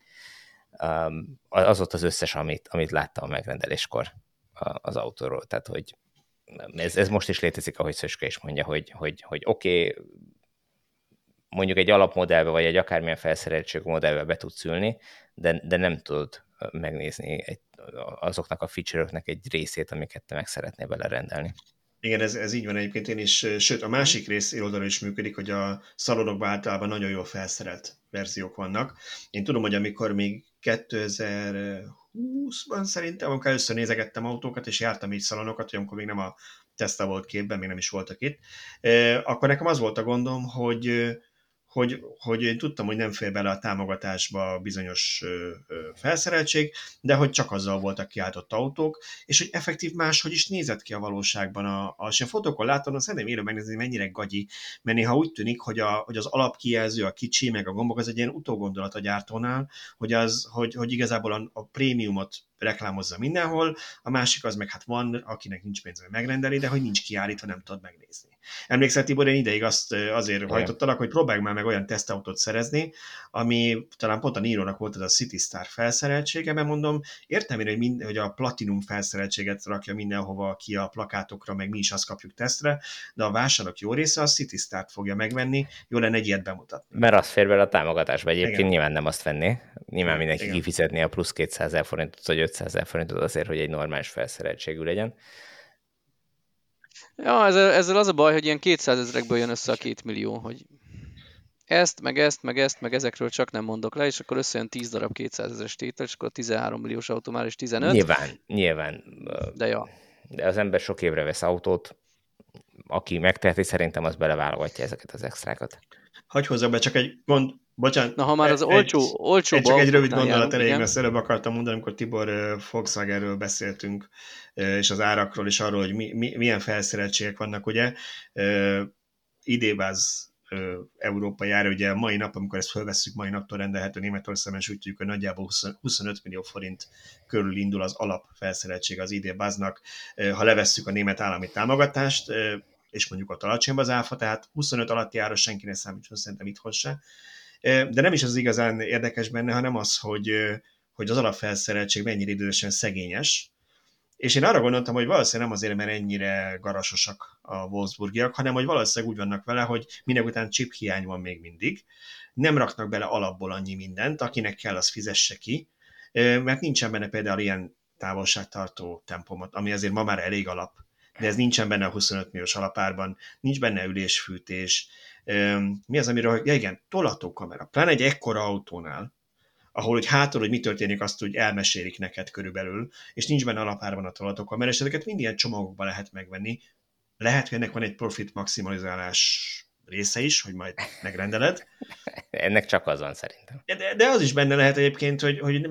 Az ott az összes, amit láttam a megrendeléskor az autóról. Tehát, hogy ez most is létezik, ahogy Szöcske is mondja, hogy oké, mondjuk egy alapmodellbe, vagy egy akármilyen felszereltségű modellbe be tudsz ülni, de nem tudod megnézni azoknak a feature-öknek egy részét, amiket te meg szeretnél belerendelni. Igen, ez így van egyébként én is, sőt a másik rész oldalon is működik, hogy a szalonokban általában nagyon jól felszerelt verziók vannak. Én tudom, hogy amikor még 2020-ban szerintem, amikor először nézegettem autókat, és jártam így szalonokat, hogy amikor még nem a Tesla volt képben, még nem is voltak itt, akkor nekem az volt a gondom, hogy én tudtam, hogy nem fér bele a támogatásba bizonyos felszereltség, de hogy csak azzal voltak kiáltott autók, és hogy effektív máshogy is nézett ki a valóságban. És a fotókon látom, szerintem érő megnézni, mennyire gagyi, mert néha úgy tűnik, hogy az alapkijelző, a kicsi, meg a gombok, az egy ilyen utógondolat a gyártónál, hogy igazából a prémiumot reklámozza mindenhol, a másik az meg hát van, akinek nincs pénze megrendeli, de hogy nincs kiállítva, nem tudod megnézni. Emlékszel, Tibor, én ideig azért hajtottalak, hogy próbálj már meg olyan tesztautót szerezni, ami talán pont a Nironak volt az a City Star felszereltsége, mert mondom, értem én, hogy a Platinum felszereltséget rakja mindenhova ki a plakátokra, meg mi is azt kapjuk tesztre, de a vásárlók jó része a City Start fogja megvenni, jó lenne egy ilyet bemutatni. Mert az fér bele a támogatásba. Egyébként Igen. nyilván nem azt venné. Nyilván mindenki Igen. kifizetné a plusz 200 000 forintot, vagy 500 000 forintot azért, hogy egy normális felszereltségű legyen. Ja, ezzel az a baj, hogy ilyen 200 000-ekből jön össze a 2 millió, hogy meg ezekről csak nem mondok le, és akkor összejön 10 darab 200 000-es tétel, és akkor 13 milliós autó már is 15. Nyilván. De ja. De az ember sok évre vesz autót, aki megteheti, szerintem az beleválogatja ezeket az extrákat. Hagy hozzá be csak egy bocsánat. Na, ha már az olcsó csak egy rövid autóknál gondolat elég, igen. mert előbb akartam mondani, amikor Tibor Volkswagenről beszéltünk, és az árakról, és arról, hogy milyen felszereltségek vannak, ugye. Idébáz európai ára, ugye mai nap, amikor ezt felvesszük, mai naptól rendelhető Németországban, és úgy tudjuk, hogy nagyjából 25 millió forint körül indul az alapfelszereltség az idébáznak, ha levesszük a német állami támogatást, és mondjuk ott alacsonyabb az áfa, tehát 25 alatti ára senki ne számítson, szerintem itthon se. De nem is az igazán érdekes benne, hanem az, hogy az alapfelszereltség mennyire idősen szegényes. És én arra gondoltam, hogy valószínűleg nem azért, mert ennyire garasosak a Wolfsburgiak, hanem hogy valószínűleg úgy vannak vele, hogy minek után chip hiány van még mindig. Nem raknak bele alapból annyi mindent, akinek kell, az fizesse ki, mert nincsen benne például ilyen távolságtartó tempomat, ami azért ma már elég alap, de ez nincsen benne a 25 milliós alapárban, nincs benne ülésfűtés. Mi az, amiről, ja igen, tolatókamera, pláne egy ekkora autónál, ahol hogy hátul, hogy mi történik, azt úgy elmesélik neked körülbelül, és nincs benne alapárban a tolatókamera, és ezeket mind ilyen csomagokban lehet megvenni. Lehet, hogy ennek van egy profit maximalizálás része is, hogy majd megrendeled. Ennek csak az van szerintem. De az is benne lehet egyébként, hogy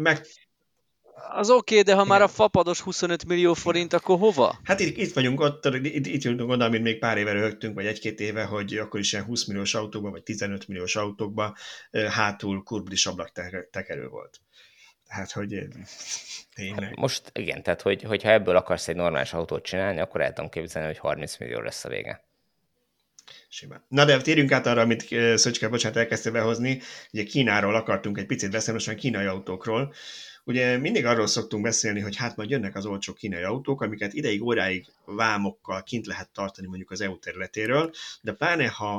Az oké, de ha már a fapados 25 millió forint, akkor hova? Hát itt vagyunk ott, itt jutunk oda, amit még pár éve röhögtünk, vagy egy-két éve, hogy akkor is ilyen 20 milliós autókban, vagy 15 milliós autókban hátul kurblis ablaktekerő volt. Tehát, hogy tényleg. Hát most igen, tehát hogyha ebből akarsz egy normális autót csinálni, akkor el tudom képzelni, hogy 30 millió lesz a vége. Simán. Na de térjünk át arra, amit Szöcske, bocsánat, elkezdte behozni. Ugye Kínáról akartunk egy picit beszélni, most kínai autókról. Ugye mindig arról szoktunk beszélni, hogy hát majd jönnek az olcsó kínai autók, amiket ideig, óráig vámokkal kint lehet tartani mondjuk az EU területéről, de pláne ha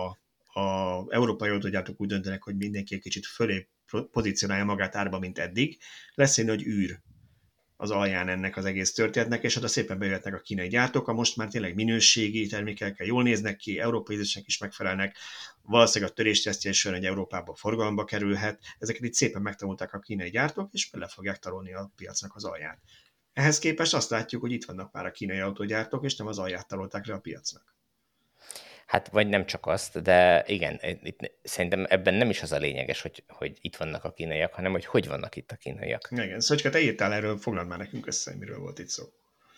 a európai autógyártók úgy döntenek, hogy mindenki egy kicsit fölé pozícionálja magát árba, mint eddig, lesz egy nagy űr az alján ennek az egész történetnek, és oda szépen bejöhetnek a kínai gyártók, a most már tényleg minőségi termékekkel jól néznek ki, európai ízlésnek is megfelelnek, valószínűleg a töréstesztje is egy Európába forgalomba kerülhet, ezeket itt szépen megtanulták a kínai gyártók, és bele fogják tarolni a piacnak az alját. Ehhez képest azt látjuk, hogy itt vannak már a kínai autógyártók, és nem az alját tarolták le a piacnak. Hát vagy nem csak azt, de igen, itt, szerintem ebben nem is az a lényeges, hogy itt vannak a kínaiak, hanem hogy vannak itt a kínaiak. Igen, Szöcske, te írtál erről, foglald már nekünk össze, miről volt itt szó.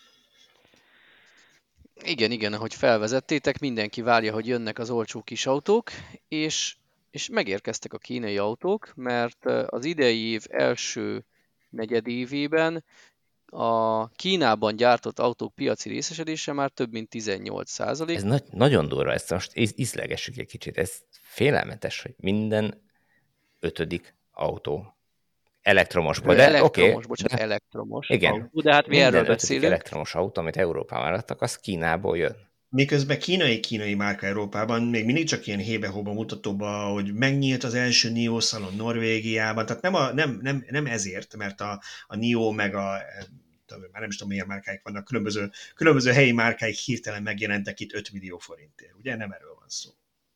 Igen, ahogy felvezettétek, mindenki várja, hogy jönnek az olcsó kis autók, és megérkeztek a kínai autók, mert az idei év első negyedévében a Kínában gyártott autók piaci részesedése már több mint 18%. Ez nagyon durva, ezt most ízlegessük egy kicsit. Ez félelmetes, hogy minden 5. autó elektromosból. De Elektromos, oké, bocsánat, elektromos igen, autó, de hát mi minden erről 5. beszélünk. elektromos autó, amit Európában adtak, az Kínából jön. Miközben kínai márka Európában még mindig csak ilyen hébe-hóba mutatóba, hogy megnyílt az első NIO szalon Norvégiában, tehát nem ezért, mert a NIO meg már nem is tudom, milyen márkáik vannak, különböző helyi márkáik hirtelen megjelentek itt 5 millió forintért. Ugye nem erről van szó.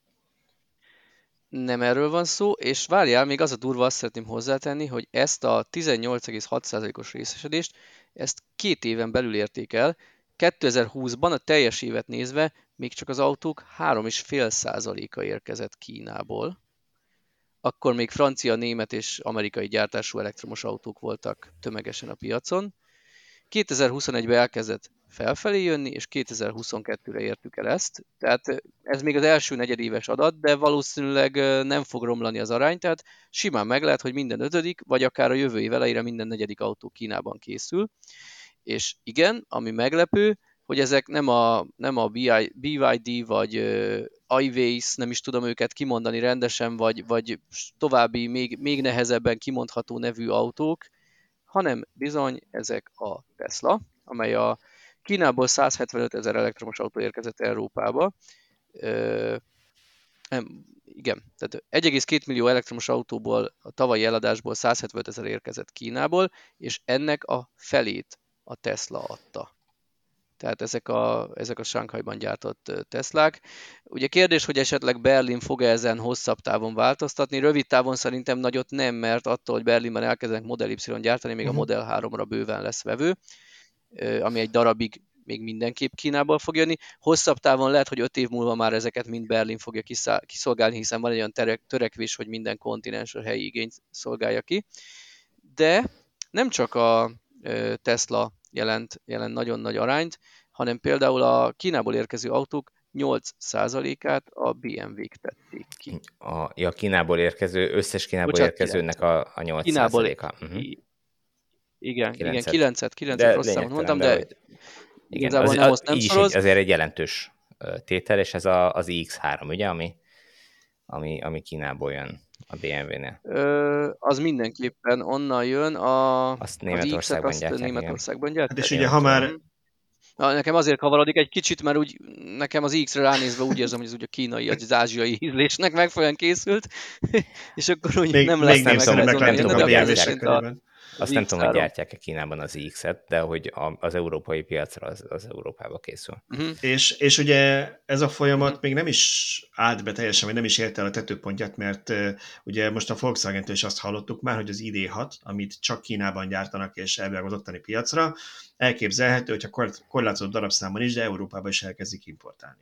Nem erről van szó, és várjál, még az a durva, azt szeretném hozzátenni, hogy ezt a 18,6%-os részesedést, ezt 2 éven belül érték el. 2020-ban a teljes évet nézve még csak az autók 3,5%-a érkezett Kínából. Akkor még francia, német és amerikai gyártású elektromos autók voltak tömegesen a piacon. 2021-ben elkezdett felfelé jönni, és 2022-re értük el ezt. Tehát ez még az első negyedéves adat, de valószínűleg nem fog romlani az arány, tehát simán meg lehet, hogy minden 5., vagy akár a jövő év elejére minden 4. autó Kínában készül. És igen, ami meglepő, hogy ezek nem a BYD vagy iWays, nem is tudom őket kimondani rendesen, vagy további még nehezebben kimondható nevű autók, hanem bizony ezek a Tesla, amely a Kínából 175 000 elektromos autó érkezett Európába. Igen, tehát 1,2 millió elektromos autóból a tavalyi eladásból 175 000 érkezett Kínából, és ennek a felét a Tesla adta. Tehát ezek a Shanghaiban gyártott Teslák. Ugye kérdés, hogy esetleg Berlin fog-e ezen hosszabb távon változtatni. Rövid távon szerintem nagyot nem, mert attól, hogy Berlinben elkezdenek Model Y gyártani, még a Model 3-ra bőven lesz vevő, ami egy darabig még mindenképp Kínából fog jönni. Hosszabb távon lehet, hogy 5 év múlva már ezeket mind Berlin fogja kiszolgálni, hiszen van egy olyan törekvés, hogy minden kontinens a helyi igényt szolgálja ki. De nem csak a Tesla jelent nagyon nagy arányt, hanem például a Kínából érkező autók 8%-át a BMW-k tették ki. A Kínából érkező, összes Kínából érkezőnek a 8%-a. Igen, 9-et rossz számot mondtam, de igazából nem szoroz. Azért egy jelentős tétel, és ez az iX3, ugye, ami Kínából jön a BMW-nél. Az mindenképpen onnan jön, azt Németországban gyártják. Hát és ugye, ha már... Nekem azért kavarodik egy kicsit, mert úgy, nekem az X-re ránézve úgy érzem, hogy ez ugye a kínai, az ázsiai ízlésnek megfelelően készült, és akkor úgy nem lesz azt nem tudom, hogy gyártják-e Kínában az iX-et, de hogy az európai piacra az Európába készül. És ugye ez a folyamat még nem is állt be teljesen, vagy nem is érte el a tetőpontját, mert ugye most a Volkswagen-től is azt hallottuk már, hogy az ID.6, amit csak Kínában gyártanak, és elvileg az ottani piacra, elképzelhető, hogyha korlátozott darabszámban is, de Európába is elkezdik importálni.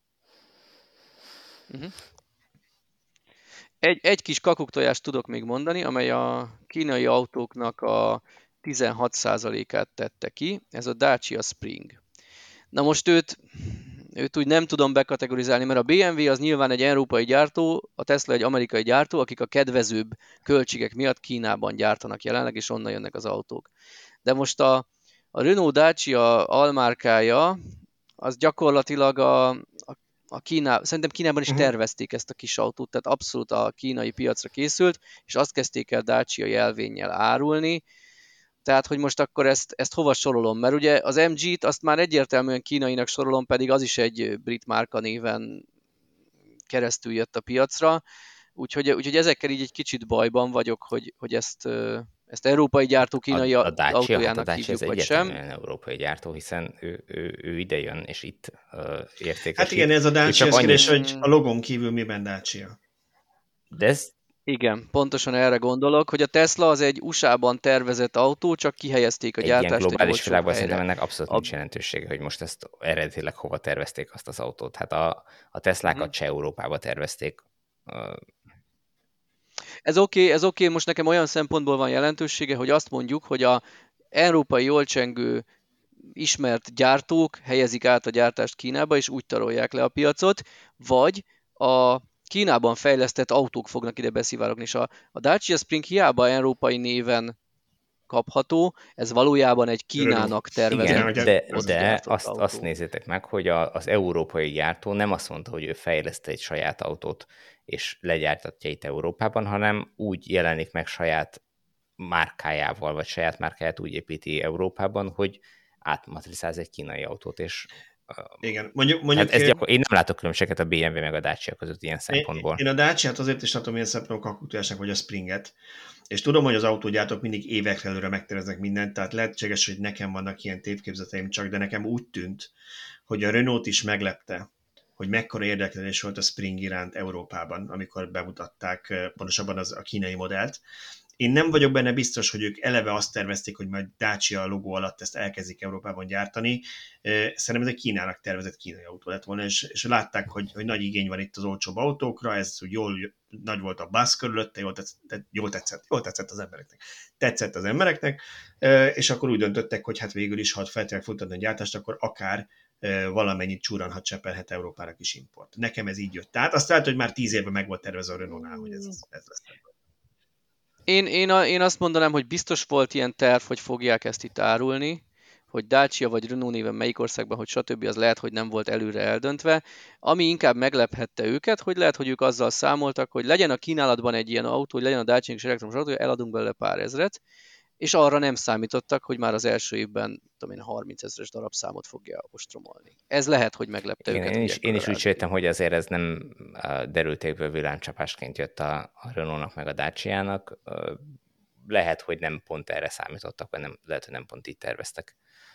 Egy kis kakuktojást tudok még mondani, amely a kínai autóknak a 16%-át tette ki, ez a Dacia Spring. Na most őt úgy nem tudom bekategorizálni, mert a BMW az nyilván egy európai gyártó, a Tesla egy amerikai gyártó, akik a kedvezőbb költségek miatt Kínában gyártanak jelenleg, és onnan jönnek az autók. De most a Renault Dacia almárkája, az gyakorlatilag szerintem Kínában is tervezték ezt a kis autót, tehát abszolút a kínai piacra készült, és azt kezdték el Dacia jelvénnyel árulni. Tehát, hogy most akkor ezt hova sorolom? Mert ugye az MG-t azt már egyértelműen kínainak sorolom, pedig az is egy brit márka néven keresztül jött a piacra. Úgyhogy ezekkel így egy kicsit bajban vagyok, hogy ezt európai gyártó kínai autójának hívjuk, vagy sem. Ez európai gyártó, hiszen ő ide jön, és itt értékesít. Hát igen, ez a Dacia kérdés, hogy a logón kívül miben Dacia. De ez Igen, pontosan erre gondolok, hogy a Tesla az egy USA-ban tervezett autó, csak kihelyezték a Egy ilyen gyártást egy globális olcsóbb világban szerintem helyre. ennek abszolút A, nincs jelentősége, hogy most ezt eredetileg hova tervezték azt az autót. Hát a Teslákat uh-huh. se Európába tervezték. Ez oké, most nekem olyan szempontból van jelentősége, hogy azt mondjuk, hogy a európai jól csengő ismert gyártók helyezik át a gyártást Kínába, és úgy tarolják le a piacot, vagy a Kínában fejlesztett autók fognak ide beszivárogni, és a Dacia Spring hiába európai néven kapható, ez valójában egy Renault. Kínának Igen, tervezett, ott de gyártott azt autó. nézzétek meg, hogy az európai gyártó nem azt mondta, hogy ő fejleszt egy saját autót, és legyártatja itt Európában, hanem úgy jelenik meg saját márkájával, vagy saját márkáját úgy építi Európában, hogy átmatricáz egy kínai autót, és Igen, tehát én nem látok különbséget a BMW meg a Dacia között ilyen szempontból. Én a Dacia-t azért is látom ilyen szempontból kakutásnak, vagy a Springet, és tudom, hogy az autógyártók mindig évekre előre megterveznek mindent, tehát lehetséges, hogy nekem vannak ilyen tévképzeteim csak, de nekem úgy tűnt, hogy a Renault is meglepte, hogy mekkora érdeklődés volt a Spring iránt Európában, amikor bemutatták pontosabban a kínai modellt. Én nem vagyok benne biztos, hogy ők eleve azt tervezték, hogy majd Dacia logó alatt ezt elkezdik Európában gyártani. Szerintem ez egy Kínának tervezett kínai autó lett volna, és látták, hogy nagy igény van itt az olcsóbb autókra, ez úgy nagy volt a buzz körülötte, jól tetszett az embereknek. Tetszett az embereknek, és akkor úgy döntöttek, hogy hát végül is, ha feltétlenül futtatni a gyártást, akkor akár valamennyit csúranhat, csepelhet Európára is import. Nekem ez így jött. Tehát azt lehet, hogy már 10 évben meg volt tervezve a Renault-nál, hogy ez lesz. Én azt mondanám, hogy biztos volt ilyen terv, hogy fogják ezt itt árulni, hogy Dacia vagy Renault néven melyik országban, hogy stb. Az lehet, hogy nem volt előre eldöntve. Ami inkább meglephette őket, hogy lehet, hogy ők azzal számoltak, hogy legyen a kínálatban egy ilyen autó, hogy legyen a Dacia és elektromos autó, hogy eladunk belőle pár ezret, és arra nem számítottak, hogy már az első évben, tudom én, 30 ezres darabszámot fogja ostromolni. Ez lehet, hogy meglepte Igen, őket. én is úgy sejtem, hogy azért ez nem derültékből villámcsapásként jött a Renault-nak meg a Dacia-nak. Lehet, hogy nem pont erre számítottak, vagy lehet, hogy nem pont így terveztek.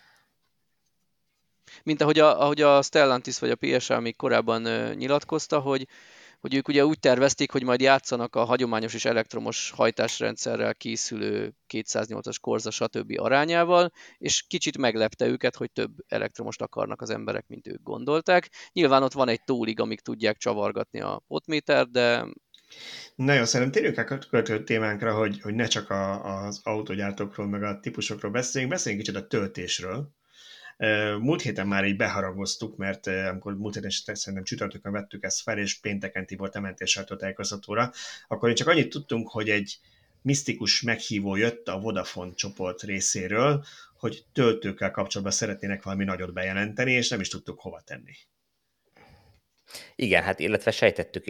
Mint ahogy a Stellantis vagy a PSA még korábban nyilatkozta, hogy ők ugye úgy tervezték, hogy majd játszanak a hagyományos és elektromos hajtásrendszerrel készülő 208-as Corsa stb. Arányával, és kicsit meglepte őket, hogy több elektromost akarnak az emberek, mint ők gondolták. Nyilván ott van egy tólig, amíg tudják csavargatni a potmétert, de... Na jó, szerintem térjünk át a következő témánkra, hogy ne csak az autógyártókról, meg a típusokról beszéljünk kicsit a töltésről. Múlt héten már így beharangoztuk, mert amikor múlt héten szerintem csütörtökön vettük ezt fel, és pénteken Tibor te mentél sajtótájékoztatóra, akkor én csak annyit tudtunk, hogy egy misztikus meghívó jött a Vodafone csoport részéről, hogy töltőkkel kapcsolatban szeretnének valami nagyot bejelenteni, és nem is tudtuk hova tenni. Igen, hát illetve sejtettük,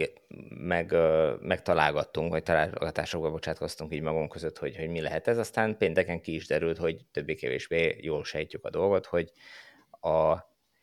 meg találgattunk, vagy találgatásokba bocsátkoztunk így magunk között, hogy mi lehet ez. Aztán pénteken ki is derült, hogy többé-kevésbé jól sejtjük a dolgot, hogy a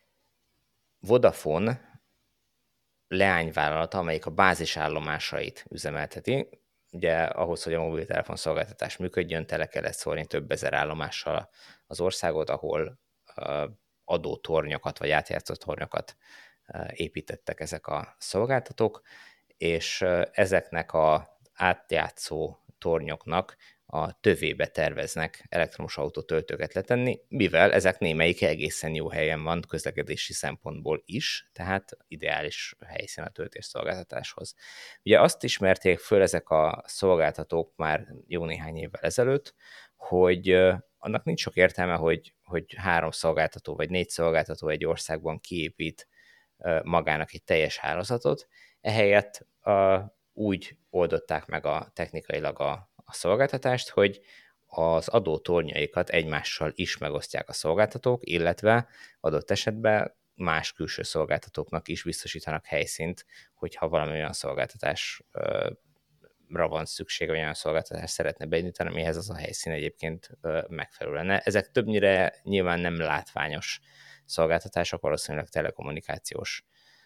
Vodafone leányvállalata, amelyik a bázisállomásait üzemelteti, ugye ahhoz, hogy a mobiltelefon szolgáltatás működjön, tele kellett szórni több ezer állomással az országot, ahol adótornyokat vagy átjátszott tornyokat építettek ezek a szolgáltatók, és ezeknek az átjátszó tornyoknak a tövébe terveznek elektromos autótöltőket letenni, mivel ezek némelyik egészen jó helyen van közlekedési szempontból is, tehát ideális helyszín a töltésszolgáltatáshoz. Ugye azt ismerték föl ezek a szolgáltatók már jó néhány évvel ezelőtt, hogy annak nincs sok értelme, hogy 3 szolgáltató vagy 4 szolgáltató egy országban kiépít magának egy teljes hálózatot, ehelyett úgy oldották meg technikailag a szolgáltatást, hogy az adótornyaikat egymással is megosztják a szolgáltatók, illetve adott esetben más külső szolgáltatóknak is biztosítanak helyszínt, hogyha valami olyan szolgáltatásra van szükség, vagy olyan szolgáltatást szeretne beindítani, amihez az a helyszín egyébként megfelelő lenne. Ezek többnyire nyilván nem látványos szolgáltatások, valószínűleg telekommunikációs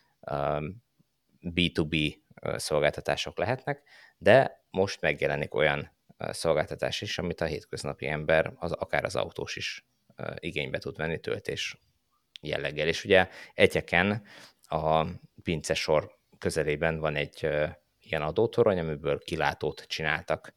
B2B szolgáltatások lehetnek, de most megjelenik olyan szolgáltatás is, amit a hétköznapi ember, akár az autós is igénybe tud venni töltés jelleggel. És ugye Egyeken a pincesor közelében van egy ilyen adótorony, amiből kilátót csináltak.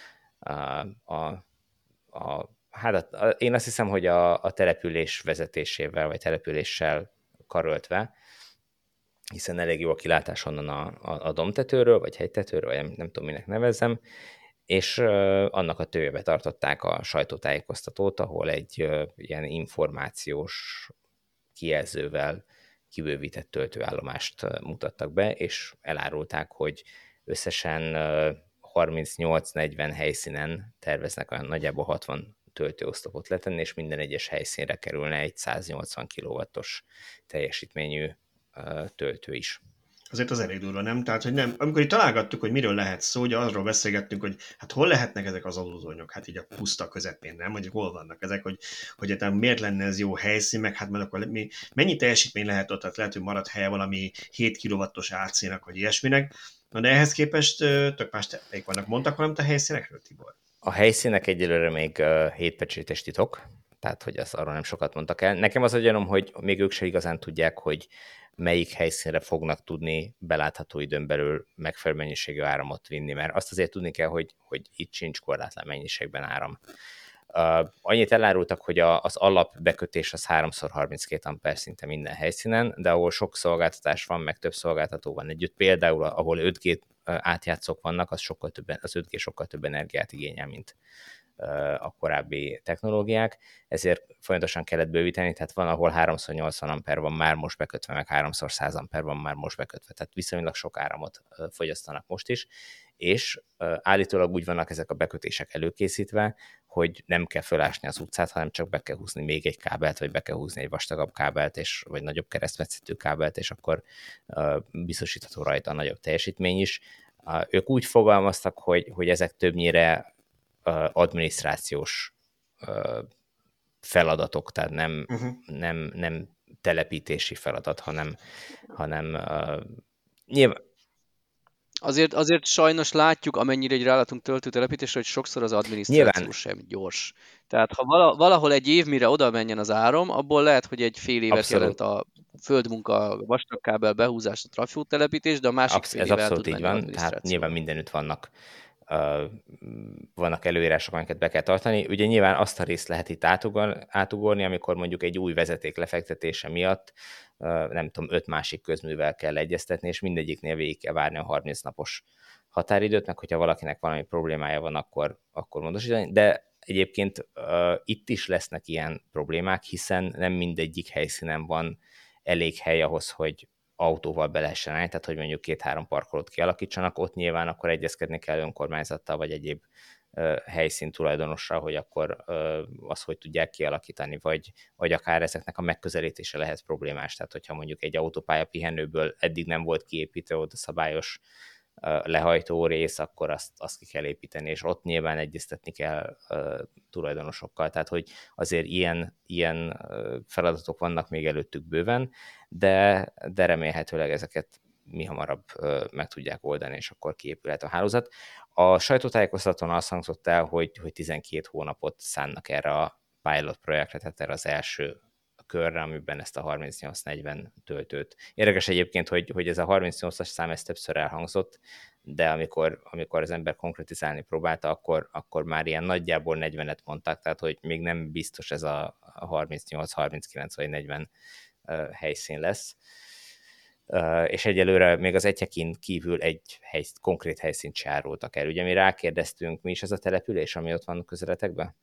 Én azt hiszem, hogy a település vezetésével, vagy településsel karöltve, hiszen elég jó a kilátás onnan a domtetőről, vagy hegytetőről, vagy nem tudom, minek nevezzem, és annak a tőjébe tartották a sajtótájékoztatót, ahol egy ilyen információs kijelzővel kibővített töltőállomást mutattak be, és elárulták, hogy összesen 38-40 helyszínen terveznek olyan nagyjából 60 töltőoszlopot letenni, és minden egyes helyszínre kerülne egy 180 kW-os teljesítményű töltő is. Azért az elég durva, nem? Tehát, hogy nem, amikor itt találgattuk, hogy miről lehet szó, ugye arról beszélgettünk, hogy hát hol lehetnek ezek az adótornyok, hát így a puszta közepén, nem? Hogy hol vannak ezek, hogy hát miért lenne ez jó helyszín, meg hát mert akkor mennyi teljesítmény lehet ott, tehát lehet, hogy marad helye valami 7 kW-os AC-nak, vagy ilyesminek. Na de ehhez képest tök más termék vannak. Mondtak valamit a helyszínekről, Tibor? A helyszínek egyelőre még hétpecsétes titok, tehát hogy az arról nem sokat mondtak el. Nekem az a gyanom, hogy még ők se igazán tudják, hogy melyik helyszínre fognak tudni belátható időn belül megfelelő mennyiségű áramot vinni, mert azt azért tudni kell, hogy itt sincs korlátlan mennyiségben áram. Annyit elárultak, hogy az alapbekötés az 3x32 amper szinte minden helyszínen, de ahol sok szolgáltatás van, meg több szolgáltató van együtt, például ahol 5G átjátszók vannak, az 5G sokkal több energiát igényel, mint a korábbi technológiák, ezért folyamatosan kellett bővíteni, tehát van, ahol 3x80 amper van már most bekötve, meg 3x100 amper van már most bekötve, tehát viszonylag sok áramot fogyasztanak most is, és állítólag úgy vannak ezek a bekötések előkészítve, hogy nem kell fölásni az utcát, hanem csak be kell húzni még egy kábelt, vagy be kell húzni egy vastagabb kábelt, vagy nagyobb keresztmetszetű kábelt, és akkor biztosítható rajta a nagyobb teljesítmény is. Ők úgy fogalmaztak, hogy ezek többnyire adminisztrációs feladatok, tehát nem telepítési feladat, hanem nyilván... Azért sajnos látjuk, amennyire egy rálátunk töltőtelepítésre, hogy sokszor az adminisztráció sem gyors. Tehát ha valahol egy év, mire oda menjen az áram, abból lehet, hogy egy fél évet jelent a földmunka, vastagkábel behúzás, a trafiótelepítés, de a másik fél év el tud menni van, tehát nyilván mindenütt vannak előírások, amiket be kell tartani. Ugye nyilván azt a részt lehet itt átugorni, amikor mondjuk egy új vezeték lefektetése miatt nem tudom, 5 másik közművel kell egyeztetni, és mindegyiknél végig kell várni a 30 napos határidőt, meg hogyha valakinek valami problémája van, akkor módosítani. De egyébként itt is lesznek ilyen problémák, hiszen nem mindegyik helyszínen van elég hely ahhoz, hogy autóval be lehessen állni, tehát hogy mondjuk 2-3 parkolót kialakítsanak, ott nyilván akkor egyezkedni kell önkormányzattal, vagy egyéb helyszín tulajdonossal, hogy akkor azt hogy tudják kialakítani, vagy akár ezeknek a megközelítése lehet problémás, tehát hogyha mondjuk egy autópálya pihenőből eddig nem volt kiépítve ott a szabályos lehajtó rész, akkor azt ki kell építeni, és ott nyilván egyeztetni kell tulajdonosokkal, tehát hogy azért ilyen feladatok vannak még előttük bőven, de remélhetőleg ezeket mi hamarabb meg tudják oldani, és akkor kiépülhet a hálózat. A sajtótájékoztatón azt hangzott el, hogy 12 hónapot szánnak erre a pilot projektre, tehát erre az első körre, amiben ezt a 38-40 töltőt. Érdekes egyébként, hogy ez a 38-as szám ez többször elhangzott, de amikor az ember konkretizálni próbálta, akkor már ilyen nagyjából 40-et mondták, tehát hogy még nem biztos ez a 38, 39 vagy 40 helyszín lesz. És egyelőre még az Egyekin kívül egy konkrét helyszínt se árultak el. Ugye mi rákérdeztünk, mi is ez a település, ami ott van közeletekben?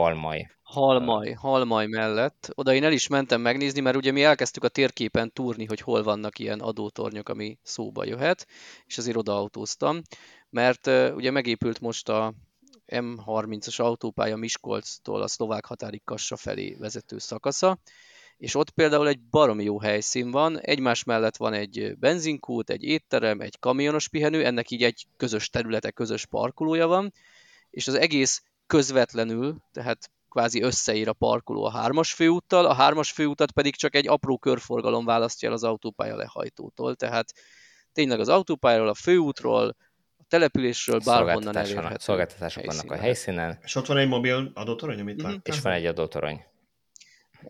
Halmaj mellett. Oda én el is mentem megnézni, mert ugye mi elkezdtük a térképen túrni, hogy hol vannak ilyen adótornyok, ami szóba jöhet, és azért odaautóztam, mert ugye megépült most a M30-as autópálya Miskolctól a szlovák határig Kassa felé vezető szakasza, és ott például egy baromi jó helyszín van, egymás mellett van egy benzinkút, egy étterem, egy kamionos pihenő, ennek így egy közös területe, közös parkolója van, és az egész közvetlenül, tehát kvázi összeér a parkoló a 3-as főúttal, a 3-as főútat pedig csak egy apró körforgalom választja el az autópálya lehajtótól, tehát tényleg az autópályáról, a főútról, a településről bárhonnan elérhető. Szolgáltatások vannak a helyszínen. És ott van egy mobil adótorony, amit És van egy adótorony.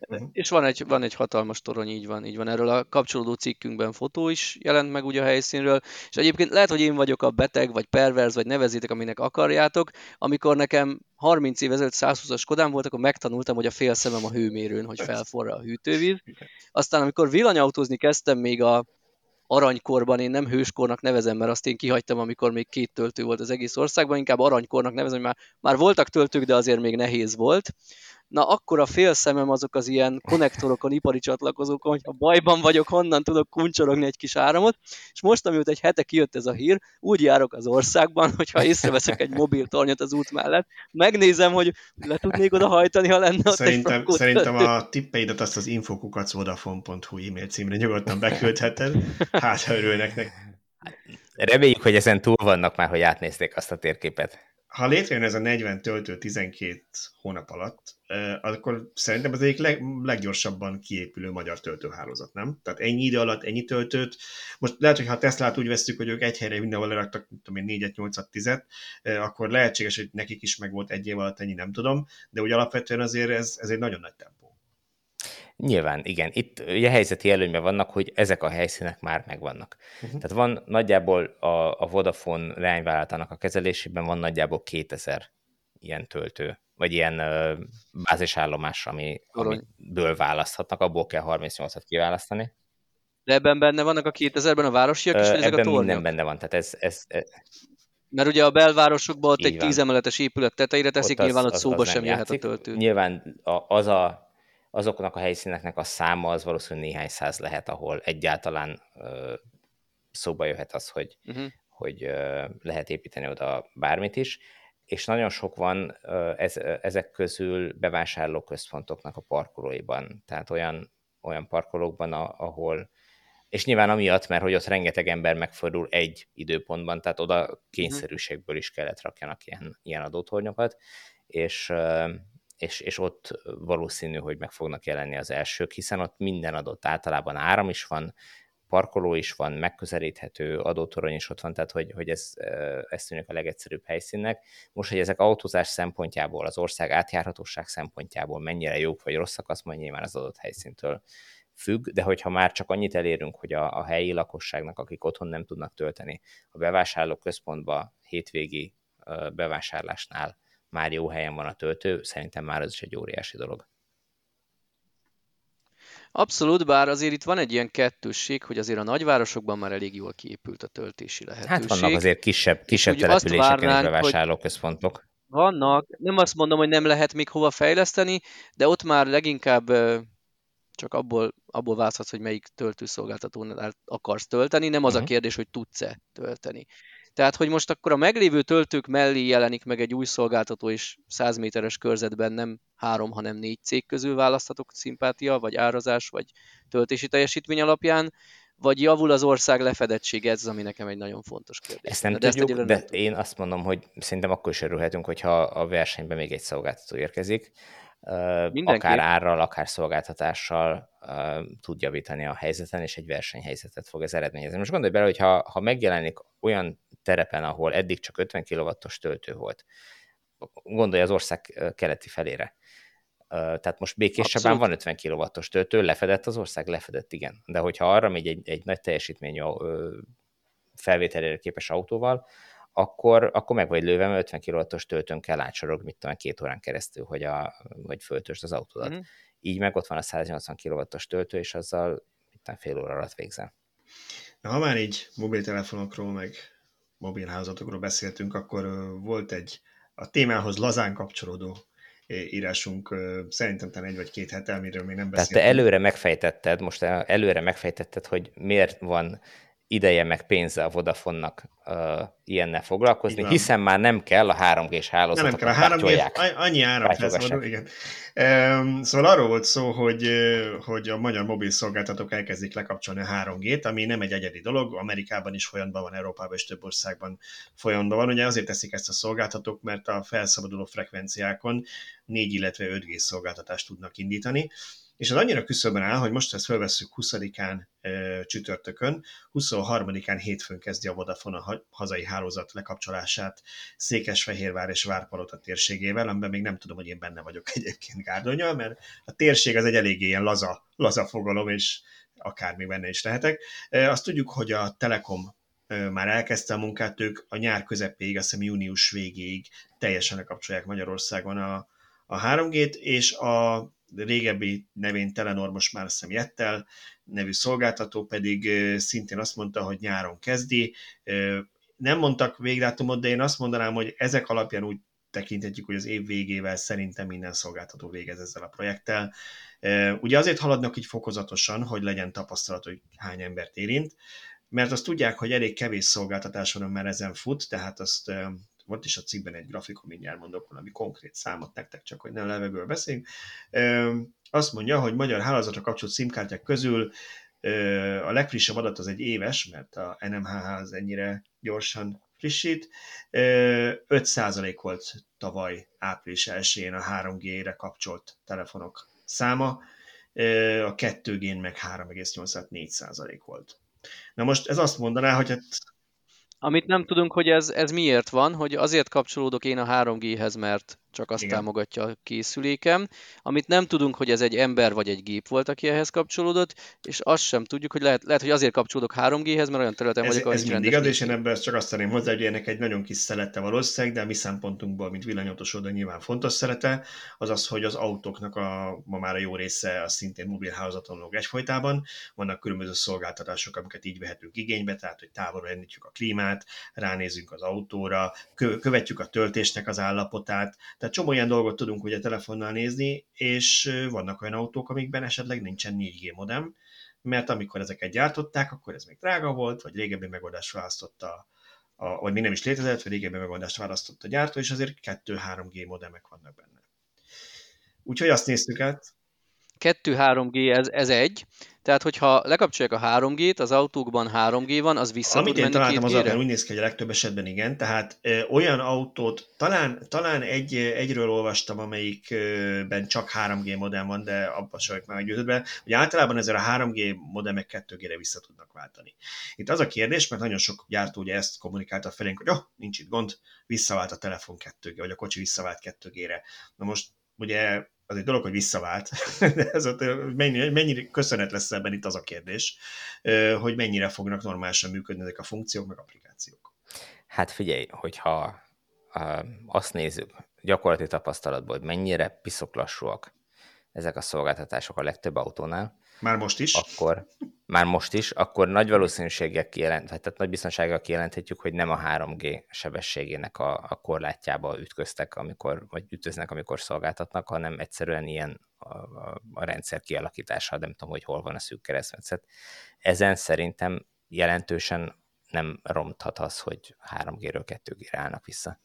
És van egy hatalmas torony, így van. Erről a kapcsolódó cikkünkben fotó is jelent meg ugye a helyszínről, és egyébként lehet, hogy én vagyok a beteg, vagy perverz, vagy nevezzétek, aminek akarjátok, amikor nekem 30 év ezelőtt 120-as Skodám volt, akkor megtanultam, hogy a fél szemem a hőmérőn, hogy felforra a hűtővíz. Aztán amikor villanyautózni kezdtem még a aranykorban, én nem hőskornak nevezem, mert azt én kihagytam, amikor még 2 töltő volt az egész országban, inkább aranykornak nevezem, hogy már voltak töltők, de azért még nehéz volt. Na akkor a fél szemem azok az ilyen konnektorokon, ipari csatlakozókon, hogyha bajban vagyok, honnan tudok kuncsorogni egy kis áramot, és most, amióta egy hete kijött ez a hír, úgy járok az országban, hogyha észreveszek egy mobil tornyot az út mellett, megnézem, hogy le tudnék oda hajtani, ha lenne ott Szerintem a tippeidet azt az infokukacvodafone.hu e-mail címre nyugodtan beküldheted, hát ha örülnek neki. Reméljük, hogy ezen túl vannak már, hogy átnézték azt a térképet. Ha létrejön ez a 40 töltő 12 hónap alatt, akkor szerintem ez egyik leggyorsabban kiépülő magyar töltőhálózat, nem? Tehát ennyi idő alatt ennyi töltőt. Most lehet, hogy ha a Teslát úgy vesztük, hogy ők egy helyre mindenhol leraktak, tudom én, 4-et, 8-at, 10-et, akkor lehetséges, hogy nekik is meg volt egy év alatt ennyi, nem tudom, de úgy alapvetően azért ez egy nagyon nagy tempó. Nyilván, igen. Itt ugye helyzeti előnyben vannak, hogy ezek a helyszínek már megvannak. Tehát van nagyjából a Vodafone leányvállalatának a kezelésében van nagyjából 2000 ilyen töltő, vagy ilyen bázisállomás, amiből választhatnak, abból kell 38-at kiválasztani. De ebben benne vannak a 2000-ben a városiak is, vagy ezek a tornyok? Minden benne van, tehát ez mert ugye a belvárosokban ott egy 10 emeletes épület tetejére teszik, nyilván ott szóba sem jöhet a töltő. Nyilván azoknak a helyszíneknek a száma az valószínűleg néhány száz lehet, ahol egyáltalán szóba jöhet az, hogy lehet építeni oda bármit is, és nagyon sok van ezek közül bevásárlóközpontoknak a parkolóiban, tehát olyan parkolókban, ahol, és nyilván amiatt, mert hogy ott rengeteg ember megfordul egy időpontban, tehát oda kényszerűségből is kellett rakjanak ilyen adótornyokat, és ott valószínű, hogy meg fognak jelenni az elsők, hiszen ott minden adott, általában áram is van, parkoló is van, megközelíthető adótorony is ott van, tehát hogy ez tűnik a legegyszerűbb helyszínnek. Most, hogy ezek autózás szempontjából, az ország átjárhatóság szempontjából mennyire jók vagy rosszak, azt mondja nyilván az adott helyszíntől függ, de hogyha már csak annyit elérünk, hogy a helyi lakosságnak, akik otthon nem tudnak tölteni, a bevásárlóközpontba hétvégi bevásárlásnál már jó helyen van a töltő, szerintem már ez is egy óriási dolog. Abszolút, bár azért itt van egy ilyen kettősség, hogy azért a nagyvárosokban már elég jól kiépült a töltési lehetőség. Hát vannak azért kisebb településeken is bevásárlóközpontok. Vannak, nem azt mondom, hogy nem lehet még hova fejleszteni, de ott már leginkább csak abból választhatsz, hogy melyik töltőszolgáltatónál akarsz tölteni, nem az a kérdés, hogy tudsz-e tölteni. Tehát, hogy most akkor a meglévő töltők mellé jelenik meg egy új szolgáltató, és 100 méteres körzetben nem 3, hanem 4 cég közül választhatok szimpátia, vagy árazás, vagy töltési teljesítmény alapján, vagy javul az ország lefedettsége, ez az, ami nekem egy nagyon fontos kérdés. Ezt nem tudjuk, de én azt mondom, hogy szerintem akkor is örülhetünk, hogyha a versenyben még egy szolgáltató érkezik, akár árral, akár szolgáltatással tud javítani a helyzeten, és egy versenyhelyzetet fog ez eredményezni. Most gondolj bele, hogy ha megjelenik olyan terepen, ahol eddig csak 50 kW-os töltő volt, gondolj az ország keleti felére. Tehát most Békéscsabán van 50 kW-os töltő, lefedett az ország? Lefedett, igen. De hogyha arra megy egy nagy teljesítményű felvételére képes autóval, akkor meg vagy lőve, mert 50 kW-os töltőn kell átsorog, 2 órán keresztül, hogy föltösd az autódat. Így meg ott van a 180 kW-os töltő, és azzal fél óra alatt végzel. Na, ha már így mobiltelefonokról, meg mobilhálózatokról beszéltünk, akkor volt egy a témához lazán kapcsolódó írásunk, szerintem talán 1 vagy 2 hete, amiről még nem beszéltünk. Tehát te előre megfejtetted, hogy miért van ideje meg pénze a Vodafonnak ilyennel foglalkozni, hiszen már nem kell a 3G-s hálózatot. Nem kell a 3G, annyi áram felszabadul, igen. Szóval arról volt szó, hogy a magyar mobil szolgáltatók elkezdik lekapcsolni a 3G-t, ami nem egy egyedi dolog, Amerikában is folyamatban van, Európában és több országban folyamatban van. Ugye azért teszik ezt a szolgáltatók, mert a felszabaduló frekvenciákon 4, illetve 5G szolgáltatást tudnak indítani. És az annyira küszöbben áll, hogy most ezt felvesszük 20-án csütörtökön, 23-án hétfőn kezdi a Vodafone a hazai hálózat lekapcsolását Székesfehérvár és Várpalota térségével, amiben még nem tudom, hogy én benne vagyok egyébként Gárdonyal, mert a térség az egy eléggé ilyen laza fogalom, és akár még benne is lehetek. Azt tudjuk, hogy a Telekom már elkezdte a munkát, ők a nyár közepéig, azt hiszem június végéig teljesen lekapcsolják Magyarországon a 3G-t, és a régebbi nevén Telenor, most már azt hiszem Jettel nevű szolgáltató pedig szintén azt mondta, hogy nyáron kezdi. Nem mondtak végdátumot, de én azt mondanám, hogy ezek alapján úgy tekinthetjük, hogy az év végével szerintem minden szolgáltató végez ezzel a projekttel. Ugye azért haladnak így fokozatosan, hogy legyen tapasztalat, hogy hány embert érint, mert azt tudják, hogy elég kevés szolgáltatás van, mert ezen fut, tehát azt volt is a cikkben egy grafikon, mindjárt mondok valami konkrét számot nektek, csak hogy nem levegőről beszéljünk. Azt mondja, hogy magyar hálózatra kapcsolt SIM-kártyák közül a legfrissebb adat az egy éves, mert a NMHH az ennyire gyorsan frissít. 5% volt tavaly április 1-én a 3G-re kapcsolt telefonok száma, a 2G-n meg 3,84% volt. Na most ez azt mondaná, hogy hát... Amit nem tudunk, hogy ez miért van, hogy azért kapcsolódok én a 3G-hez, mert csak azt támogatja a készülékem. Amit nem tudunk, hogy ez egy ember vagy egy gép volt, aki ehhez kapcsolódott, és azt sem tudjuk, hogy lehet hogy azért kapcsolódok 3G-hez, mert olyan területen vagyok, ahol ez mindig az, és én ebben csak azt tenném hozzá, hogy ennek egy nagyon kis szelete valószínűleg, de a mi szempontunkból, mint villanyautós oldal nyilván fontos szelete, az az, hogy az autóknak ma már a jó része az szintén mobilhálózaton lóg egyfolytában. Vannak különböző szolgáltatások, amiket így vehetünk igénybe, tehát hogy távolról indítjuk a klímát, ránézünk az autóra, követjük a töltésnek az állapotát, tehát csomó olyan dolgot tudunk ugye telefonnal nézni, és vannak olyan autók, amikben esetleg nincsen 4G modem, mert amikor ezeket gyártották, akkor ez még drága volt, vagy régebbi megoldást választotta, vagy még nem is létezett, vagy régebbi megoldást választott a gyártó, és azért 2-3G modemek vannak benne. Úgyhogy azt néztük át. 2-3G ez egy, tehát hogyha lekapcsolják a 3G-t, az autókban 3G van, az vissza Amit tud menni 2G-re? találtam, az alapján úgy néz ki, hogy a legtöbb esetben igen, tehát olyan autót, talán egyről olvastam, amelyikben csak 3G modem van, de abban sem vagyok már meggyőződve, hogy általában ezzel a 3G modemek 2G-re vissza tudnak váltani. Itt az a kérdés, mert nagyon sok gyártó ugye ezt kommunikálta felénk, hogy nincs itt gond, visszavált a telefon 2G, vagy a kocsi visszavált 2G-re. Na most ugye az egy dolog, hogy visszavált, de ez ott mennyire köszönet lesz ebben itt az a kérdés, hogy mennyire fognak normálisan működni ezek a funkciók, meg applikációk. Hát figyelj, hogyha azt nézzük gyakorlati tapasztalatból, hogy mennyire piszoklassúak ezek a szolgáltatások a legtöbb autónál, már most is, akkor nagy valószínűséggel tehát nagy biztonsággal kijelenthetjük, hogy nem a 3G sebességének a korlátjába ütköztek, vagy ütköznek, amikor szolgáltatnak, hanem egyszerűen ilyen a rendszer kialakítása, nem tudom, hogy hol van a szűk keresztmetszet. Ezen szerintem jelentősen nem ronthat az, hogy 3G-ről 2G-re állnak vissza.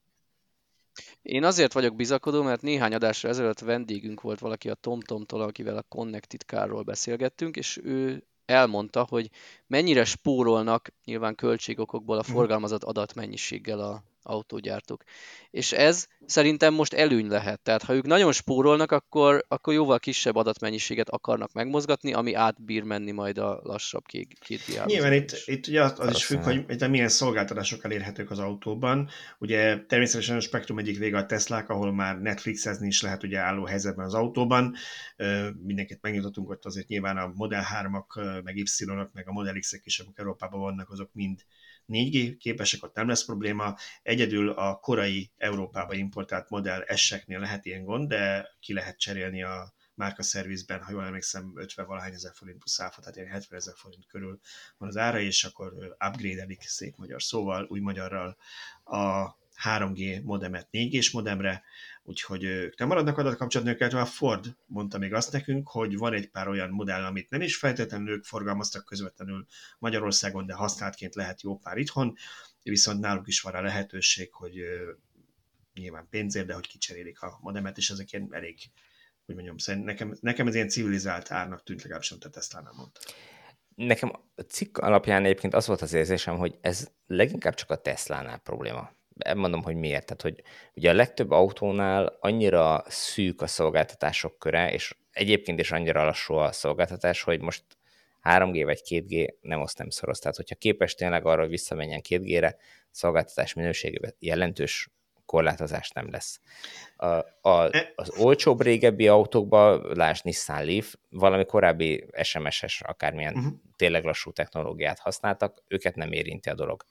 Én azért vagyok bizakodó, mert néhány adásra ezelőtt vendégünk volt valaki a TomTomtól, akivel a Connected Car-ról beszélgettünk, és ő elmondta, hogy mennyire spórolnak nyilván költségokokból a forgalmazott adatmennyiséggel a autógyártók. És ez szerintem most előny lehet. Tehát ha ők nagyon spórolnak, akkor jóval kisebb adatmennyiséget akarnak megmozgatni, ami átbír menni majd a lassabb 2G hálózaton. Nyilván itt ugye az is függ, hogy milyen szolgáltatások elérhetők az autóban. Ugye természetesen a spektrum egyik vége a Teslák, ahol már Netflixezni is lehet ugye álló helyzetben az autóban. Mindenkit megnyitottunk ott, azért nyilván a Model 3-ak, meg Y-ok, meg a Model X-ek is, amik Európában vannak, azok mind 4G képesek, ott nem lesz probléma. Egyedül a korai Európába importált Model S-eknél lehet ilyen gond, de ki lehet cserélni a márka szervizben, ha jól emlékszem, 50-valahány ezer forint plusz áfa, tehát ilyen 70 000 forint körül van az ára, és akkor upgrade-elik szép magyar szóval, új magyarral a 3G modemet 4G-s modemre, úgyhogy ők nem maradnak adatkapcsolatnők, illetve a Ford mondta még azt nekünk, hogy van egy pár olyan modell, amit nem is feltétlenül ők forgalmaztak közvetlenül Magyarországon, de használtként lehet jó pár itthon, viszont náluk is van rá lehetőség, hogy nyilván pénzért, de hogy kicserélik a modemet, és ezek ilyen elég, hogy mondjam, nekem ez ilyen civilizált árnak tűnt, legalábbis a Teslánál mondta. Nekem a cikk alapján egyébként az volt az érzésem, hogy ez leginkább csak a Teslánál probléma. Mondom, hogy miért. Tehát, hogy ugye a legtöbb autónál annyira szűk a szolgáltatások köre, és egyébként is annyira lassú a szolgáltatás, hogy most 3G vagy 2G nem oszt nem szoros. Tehát, hogyha képes tényleg arra, hogy visszamenjen 2G-re, szolgáltatás minőségében jelentős korlátozás nem lesz. Az olcsóbb régebbi autókban, lásd Nissan Leaf, valami korábbi SMS-es, akármilyen tényleg lassú technológiát használtak, őket nem érinti a dolog.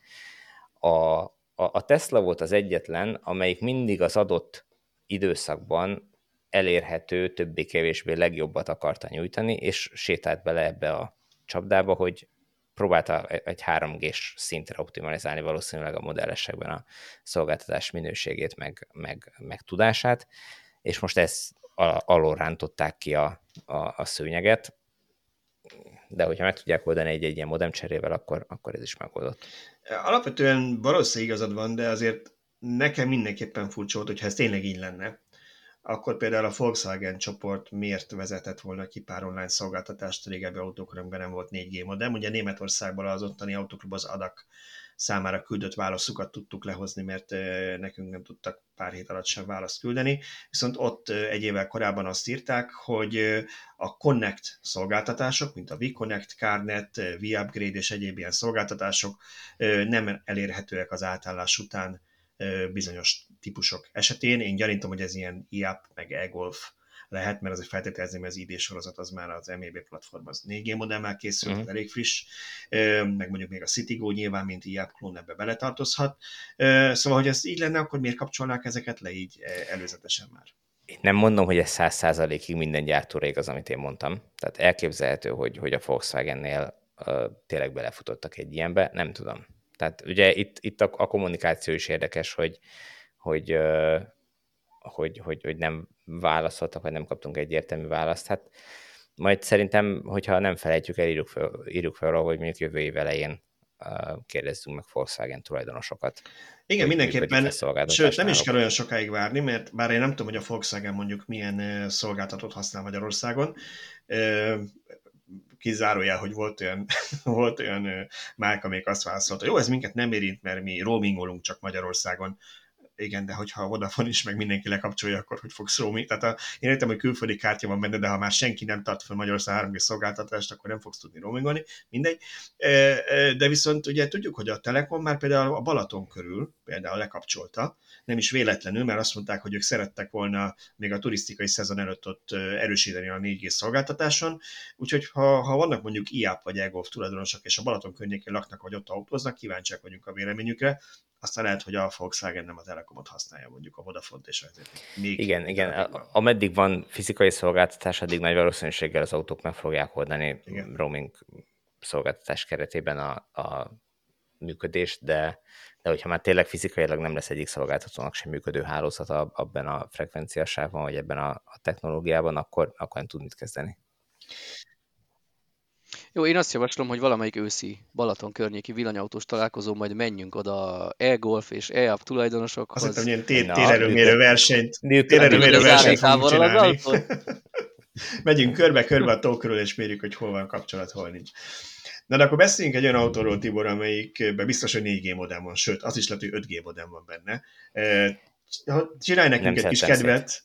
A Tesla volt az egyetlen, amelyik mindig az adott időszakban elérhető, többé-kevésbé legjobbat akarta nyújtani, és sétált bele ebbe a csapdába, hogy próbálta egy 3G-s szintre optimalizálni valószínűleg a modellesekben a szolgáltatás minőségét, meg tudását, és most ezt alól rántották ki a szőnyeget, de hogyha meg tudják oldani egy ilyen modemcserével, akkor ez is megoldott. Alapvetően valószínűleg igazad van, de azért nekem mindenképpen furcsa volt, hogyha ez tényleg így lenne, akkor például a Volkswagen csoport miért vezetett volna ki pár online szolgáltatást régebbi autókra, amiben nem volt 4G modem. Ugye Németországban az ottani autóklub az ADAC számára küldött válaszukat tudtuk lehozni, mert nekünk nem tudtak pár hét alatt sem választ küldeni. Viszont ott egy évvel korábban azt írták, hogy a Connect szolgáltatások, mint a VConnect, CarNet, VUpgrade és egyéb ilyen szolgáltatások nem elérhetőek az átállás után bizonyos típusok esetén. Én gyanítom, hogy ez ilyen iApp meg eGolf lehet, mert azért feltételezném, hogy az ID sorozat az már az MEB platform, az 4G modellel készült, elég friss, meg mondjuk még a CityGo nyilván, mint iApp klón ebbe beletartozhat. Szóval, hogy ez így lenne, akkor miért kapcsolnák ezeket le így előzetesen már? Én nem mondom, hogy ez 100%-ig minden gyártóra igaz, amit én mondtam. Tehát elképzelhető, hogy a Volkswagennél tényleg belefutottak egy ilyenbe, nem tudom. Tehát ugye itt a kommunikáció is érdekes, hogy nem válaszoltak, vagy nem kaptunk egyértelmű választ. Hát majd szerintem, hogyha nem felejtjük el, írjuk fel, hogy mondjuk jövő év elején kérdezzünk meg Volkswagen tulajdonosokat. Igen, mindenképpen, sőt nem is kell olyan sokáig várni, mert bár én nem tudom, hogy a Volkswagen mondjuk milyen szolgáltatót használ Magyarországon, kizárójel, hogy volt olyan márka, amelyik azt válaszolta, jó, ez minket nem érint, mert mi roamingolunk csak Magyarországon. Igen, de hogyha a Vodafone is, meg mindenki lekapcsolja, akkor hogy fogsz roaming? Tehát én értem, hogy külföldi kártya van benne, de ha már senki nem tart fel Magyarország 3G szolgáltatást, akkor nem fogsz tudni roamingolni, mindegy. De viszont ugye tudjuk, hogy a Telekom már például a Balaton körül például lekapcsolta, nem is véletlenül, mert azt mondták, hogy ők szerettek volna még a turisztikai szezon előtt ott erősíteni a 4G szolgáltatáson, úgyhogy ha vannak mondjuk iApp vagy eGolf tulajdonosok, és a Balaton környékén laknak, vagy ott autóznak, kíváncsiak vagyunk a véleményükre, aztán lehet, hogy a Volkswagen nem a Telekomot használja, mondjuk a Vodafont, és azért még... Igen. Ameddig van fizikai szolgáltatás, addig nagy valószínűséggel az autók meg fogják oldani roaming szolgáltatás keretében a működést, de hogyha már tényleg fizikailag nem lesz egyik szolgáltatónak sem működő hálózata abban a frekvenciásában, vagy ebben a technológiában, akkor nem tud mit kezdeni. Jó, én azt javaslom, hogy valamelyik őszi Balaton környéki villanyautós találkozó, majd menjünk oda e-golf és e-app tulajdonosokhoz. Azt hittem, hogy ilyen térerőmérő versenyt fogunk csinálni. Megyünk körbe-körbe a tó körül, és mérjük, hogy hol van kapcsolat, hol nincs. Na, de akkor beszéljünk egy olyan autóról, Tibor, amelyikben biztos, hogy 4G modem van, sőt, az is lehet, hogy 5G modem van benne. Csinálj nekünk egy kis kedvet.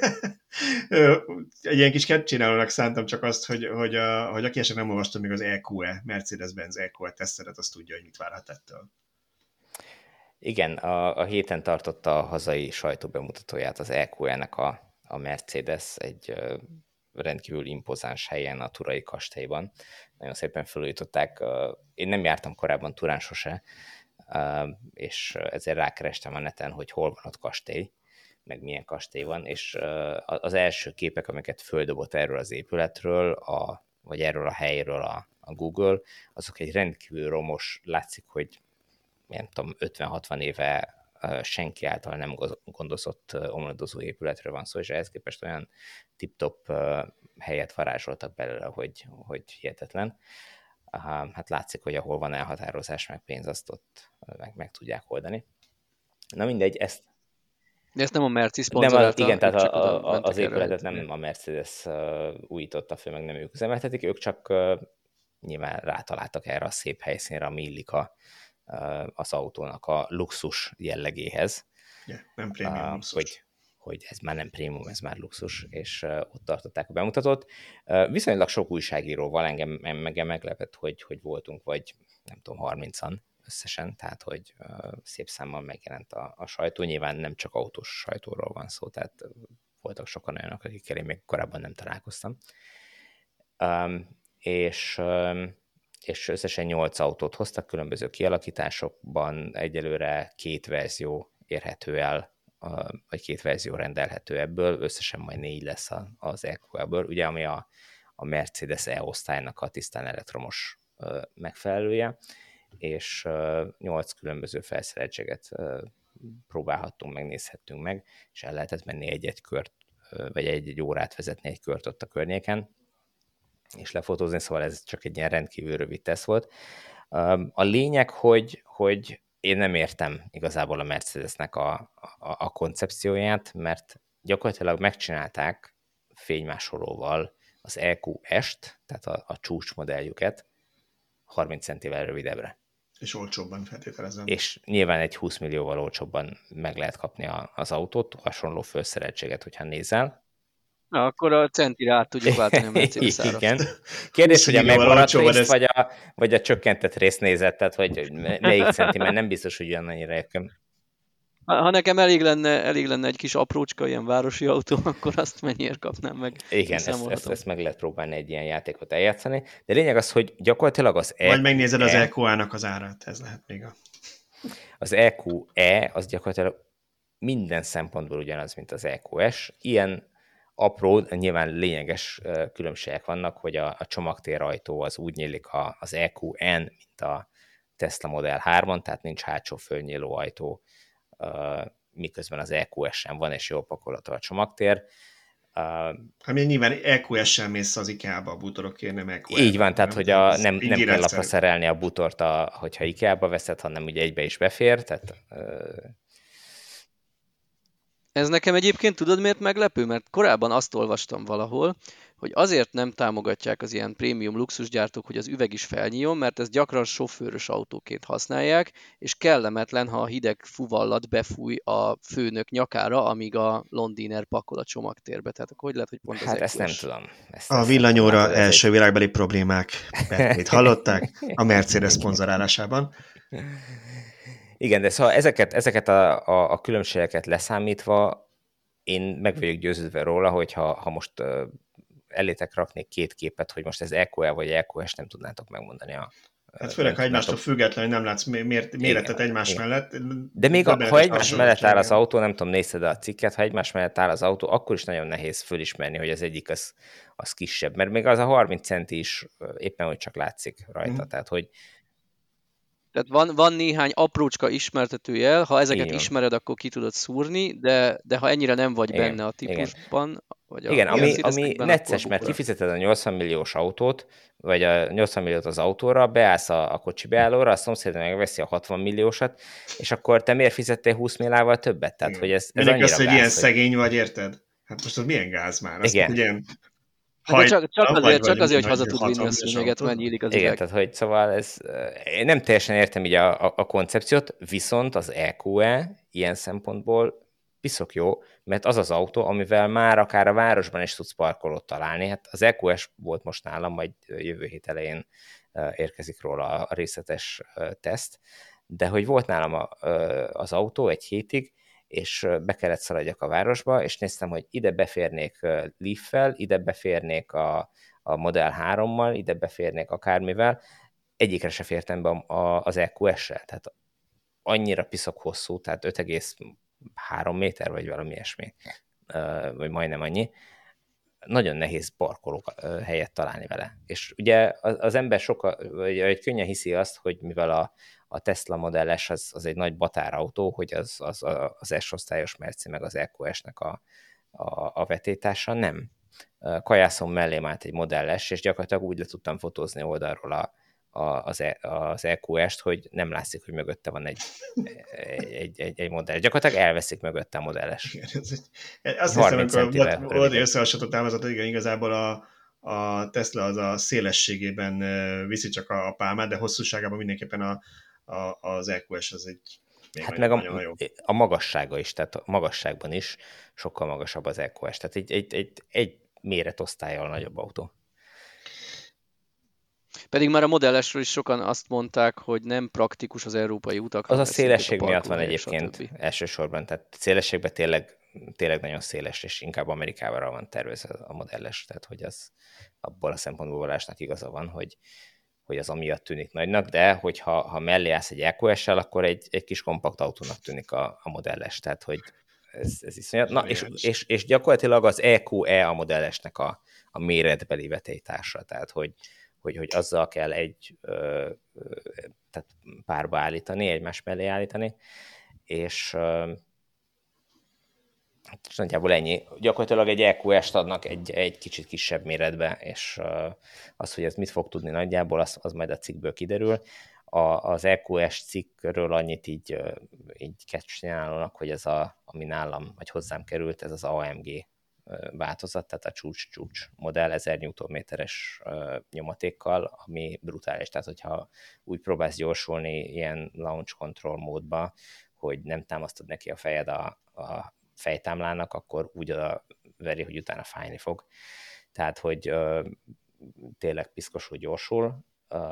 Egy ilyen kis kedvcsinálónak szántam csak azt, hogy aki esetleg nem olvastam még az EQE, Mercedes-Benz EQE teszteret, azt tudja, hogy mit várhat ettől. Igen, a héten tartotta a hazai sajtóbemutatóját az EQE-nek a Mercedes egy rendkívül impozáns helyen, a Turai kastélyban. Nagyon szépen felújították. Én nem jártam korábban Turán sose, és ezért rákerestem a neten, hogy hol van ott kastély, meg milyen kastély van, és az első képek, amiket földobott erről az épületről, vagy erről a helyről a Google, azok egy rendkívül romos, látszik, hogy nem tudom, 50-60 éve senki által nem gondozott omladozó épületről van szó, és ehhez képest olyan tip-top helyet varázsoltak belőle, hogy hihetetlen. Hát látszik, hogy ahol van elhatározás, meg pénz, azt ott meg tudják oldani. Na mindegy, ezt... De ezt nem a Merci szponzorálta? Igen, tehát az épületet nem a Mercedes újította föl, meg nem ők üzemeltetik, ők csak nyilván rátaláltak erre a szép helyszínre, ami illik a az autónak a luxus jellegéhez. Yeah, nem prémium luxus. Hogy ez már nem prémium, ez már luxus, és ott tartották a bemutatót. Viszonylag sok újságíróval engem meglepett, hogy voltunk, vagy nem tudom, 30-an összesen, tehát hogy szép számmal megjelent a sajtó. Nyilván nem csak autós sajtóról van szó, tehát voltak sokan olyanok, akikkel én még korábban nem találkoztam. És összesen 8 autót hoztak különböző kialakításokban, egyelőre 2 verzió érhető el, vagy 2 verzió rendelhető ebből, összesen majd 4 lesz az EQE-ből, ugye, ami a Mercedes E-osztálynak a tisztán elektromos megfelelője, és 8 különböző felszereltséget próbálhattunk, megnézhettünk meg, és el lehetett menni egy-egy kört, vagy egy órát vezetni egy kört ott a környéken, és lefotózni, szóval ez csak egy ilyen rendkívül rövid teszt volt. A lényeg, hogy én nem értem igazából a Mercedesnek a koncepcióját, mert gyakorlatilag megcsinálták fénymásolóval az EQS-t, tehát a csúcsmodelljüket 30 centivel rövidebbre. És olcsóbban feltételezem. És nyilván egy 20 millióval olcsóbban meg lehet kapni az autót, hasonló felszereltséget, hogyha nézel. Na, akkor a centire át tudjuk váltani a Mercedes ára. Igen. Kérdés, hogy a megmaradt részt, vagy a csökkentett részt nézett, tehát hogy melyik centi, mert nem biztos, hogy annyira érkem. Ha nekem elég lenne egy kis aprócska, ilyen városi autó, akkor azt mennyiért kapnám meg. Igen, ezt meg lehet próbálni egy ilyen játékot eljátszani. De lényeg az, hogy gyakorlatilag az EQE... Vagy megnézed az EQE-nak az árát, ez lehet még a... Az EQE az gyakorlatilag minden szempontból ugyanaz, mint az EQS. Ilyen apró, nyilván lényeges különbségek vannak, hogy a csomagtérajtó az úgy nyílik az EQN, mint a Tesla Model 3-on, tehát nincs hátsó fölnyíló ajtó, miközben az EQS-en van, és jól pakolható a csomagtér. Hát nyilván EQS-en mész az IKEA-ba a bútorokért, nem EQS. Így van, tehát hogy nem kell lapra szerelni a bútort, hogyha IKEA-ba veszed, hanem ugye egybe is befér, tehát... Ez nekem egyébként tudod miért meglepő? Mert korábban azt olvastam valahol, hogy azért nem támogatják az ilyen prémium luxusgyártók, hogy az üveg is felnyíljon, mert ezt gyakran sofőrös autóként használják, és kellemetlen, ha a hideg fuvallat befúj a főnök nyakára, amíg a Londiner pakol a csomagtérbe. Tehát akkor hogy lehet, hogy pont az Hát ezt nem tudom. A villanyóra első világbeli problémák, mit hallották a Mercedes szponzorálásában. Igen, de szóval ezeket a különbségeket leszámítva én meg vagyok győződve róla, hogy ha most elétek raknék 2 képet, hogy most ez EQE vagy EQS, nem tudnátok megmondani Hát főleg, ha egymástól függetlenül nem látsz méretet egymás mellett. De még ha egymás mellett áll az autó, nem tudom, nézted a cikket, ha egymás mellett áll az autó, akkor is nagyon nehéz fölismerni, hogy az egyik az kisebb, mert még az a 30 centi is éppen, hogy csak látszik rajta, tehát hogy Tehát van néhány aprócska ismertetőjel, ha ezeket ismered, akkor ki tudod szúrni, de ha ennyire nem vagy benne a típusban, vagy igen, ami necces, mert kifizeted a 80 milliós autót, vagy a 80 milliót az autóra, beállsz a kocsi beállóra, a szomszéd megveszi a 60 milliósat, és akkor te miért fizettél 20 milliával többet? Tehát, hogy ez annyira gáz, hogy ilyen szegény vagy, érted? Hát most az milyen gáz már? Igen. Ilyen... Csak azért, hogy haza tud vinni a szőnyeget, mert nyílik az üveg. Igen, tehát hogy szóval én nem teljesen értem így a koncepciót, viszont az EQE ilyen szempontból piszok jó, mert az az autó, amivel már akár a városban is tudsz parkolót találni. Hát az EQS volt most nálam, majd jövő hét elején érkezik róla a részletes teszt, de hogy volt nálam az autó egy hétig, és be kellett szaladjak a városba, és néztem, hogy ide beférnék Leaf-fel, ide beférnék a Model 3-mal, ide beférnék akármivel, egyikre se fértem be az EQS-sel, tehát annyira piszok hosszú, tehát 5,3 méter, vagy valami ilyesmi, vagy majdnem annyi, nagyon nehéz parkoló helyet találni vele. És ugye az ember vagy könnyen hiszi azt, hogy mivel a Tesla Model S az egy nagy batárautó, hogy az S-osztályos Merci meg az EQS-nek a vetétása, nem. Kajászom mellém állt egy Model S, és gyakorlatilag úgy le tudtam fotózni oldalról az EQS-t, hogy nem látszik, hogy mögötte van egy modell. Gyakorlatilag elveszik mögötte a Model S. Azt hiszem, amikor volt összehasonlított támaszat, igen, igazából a Tesla az a szélességében viszi csak a pálmát, de hosszúságában mindenképpen az EQS az egy még Hát nagyobb meg anyahajó. a magassága is, tehát a magasságban is sokkal magasabb az EQS, tehát egy méretosztállyal nagyobb autó. Pedig már a modellesről is sokan azt mondták, hogy nem praktikus az európai utakra, Az a mert szűkös szélesség miatt van parkolóhelyek, egyébként stb. elsősorban, tehát szélességben tényleg nagyon széles, és inkább Amerikára van tervezve a modelles, tehát hogy az abból a szempontból Balázsnak igaza van, hogy az amiatt tűnik nagynak, de hogyha mellé állsz egy EQS-sel, akkor egy kis kompakt autónak tűnik a modelles, tehát hogy ez iszonyat. Na, és gyakorlatilag az EQE a modellesnek a méretbeli vetélytársa, tehát hogy azzal kell tehát párba állítani, egymás mellé állítani, és nagyjából ennyi. Gyakorlatilag egy EQS-t adnak egy kicsit kisebb méretbe, és az, hogy ez mit fog tudni nagyjából, az majd a cikkből kiderül. Az EQS cikkről annyit így csinálnak, hogy ez ami nálam, vagy hozzám került, ez az AMG változat, tehát a csúcs modell 1000 Nm-es nyomatékkal, ami brutális. Tehát, hogyha úgy próbálsz gyorsulni ilyen launch control módba, hogy nem támasztod neki a fejed a fejtámlának, akkor úgy oda veri, hogy utána fájni fog. Tehát, hogy tényleg piszkosul gyorsul,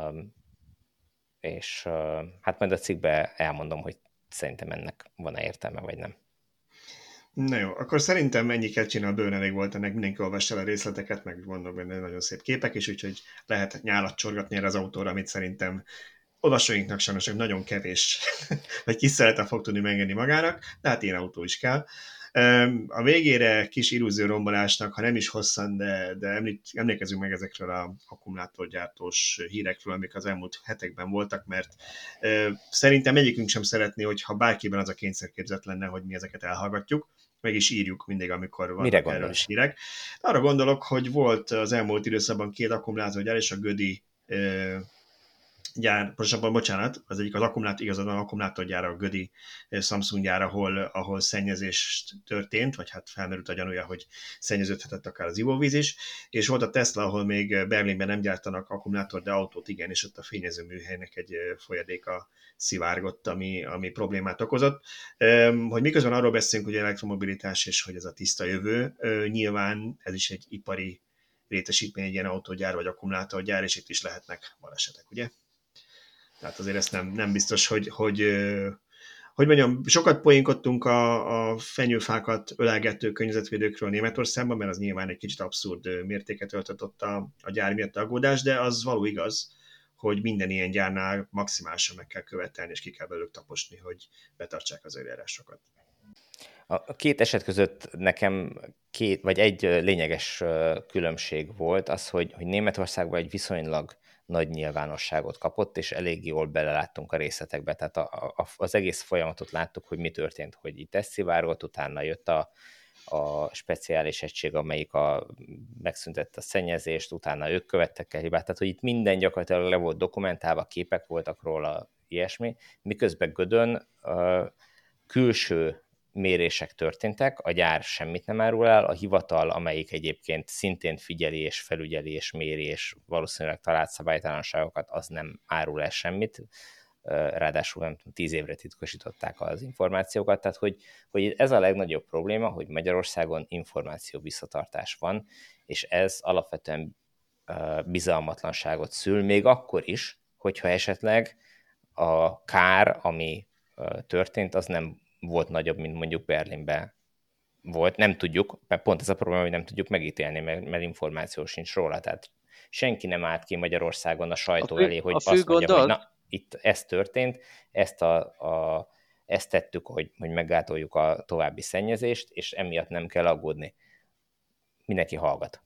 és hát majd a cikkben elmondom, hogy szerintem ennek van-e értelme, vagy nem. Na jó, akkor szerintem ennyi catchinál bőven elég volt, ennek mindenki olvassa el a részleteket, meg vannak benne nagyon szép képek is, úgyhogy lehet nyálat csorgatni erre az autóra, amit szerintem olvasóinknak sajnos nagyon kevés, vagy kis szeretet fog tudni megengedni magának, de hát ilyen autó is kell. A végére kis illúziórombolásnak, ha nem is hosszan, de emlékezzünk meg ezekről az akkumulátorgyártós hírekről, amik az elmúlt hetekben voltak, mert szerintem egyikünk sem szeretné, hogyha bárkiben az a kényszerképzet lenne, hogy mi ezeket elhallgatjuk, meg is írjuk mindig, amikor vannak erről is hírek. Arra gondolok, hogy volt az elmúlt időszakban 2 akkumulátorgyár, és a Gödi gyár, bocsánat, az egyik az akkumulátorgyár, a Gödi Samsung gyár, ahol szennyezés történt, vagy hát felmerült a gyanúja, hogy szennyeződhetett akár az ivóvíz is, és volt a Tesla, ahol még Berlinben nem gyártanak akkumulátor, de autót igen, és ott a fényezőműhelynek egy folyadéka szivárgott, ami problémát okozott. Hogy miközben arról beszélünk, hogy elektromobilitás és hogy ez a tiszta jövő, nyilván ez is egy ipari létesítmény, egy ilyen autógyár vagy akkumulátorgyár, és itt is lehetnek balesetek, ugye? Tehát azért ezt nem biztos, hogy mondjam, sokat poénkodtunk a fenyőfákat ölelgető környezetvédőkről Németországban, mert az nyilván egy kicsit abszurd mértéket öltött ott a gyár miatt aggódás, de az való igaz, hogy minden ilyen gyárnál maximálisan meg kell követelni, és ki kell belőlük taposni, hogy betartsák az előírásokat. A két eset között nekem egy lényeges különbség volt az, hogy Németországban egy viszonylag nagy nyilvánosságot kapott, és elég jól beleláttunk a részletekbe. Tehát az egész folyamatot láttuk, hogy mi történt, hogy itt ez szivárgott, utána jött a speciális egység, amelyik megszüntette a szennyezést, utána ők követtek el hibát. Tehát, hogy itt minden gyakorlatilag le volt dokumentálva, képek voltak róla, ilyesmi. Miközben Gödön külső mérések történtek, a gyár semmit nem árul el, a hivatal, amelyik egyébként szintén figyeli és felügyeli és méri, és valószínűleg talált szabálytalanságokat, az nem árul el semmit, ráadásul nem tudom, 10 évre titkosították az információkat, tehát hogy ez a legnagyobb probléma, hogy Magyarországon információ visszatartás van, és ez alapvetően bizalmatlanságot szül, még akkor is, hogyha esetleg a kár, ami történt, az nem volt nagyobb, mint mondjuk Berlinben volt. Nem tudjuk, mert pont ez a probléma, hogy nem tudjuk megítélni, mert információ sincs róla. Tehát senki nem állt ki Magyarországon a sajtó elé, hogy azt mondja, hogy na, itt ez történt, ezt tettük, hogy meggátoljuk a további szennyezést, és emiatt nem kell aggódni. Mindenki hallgat.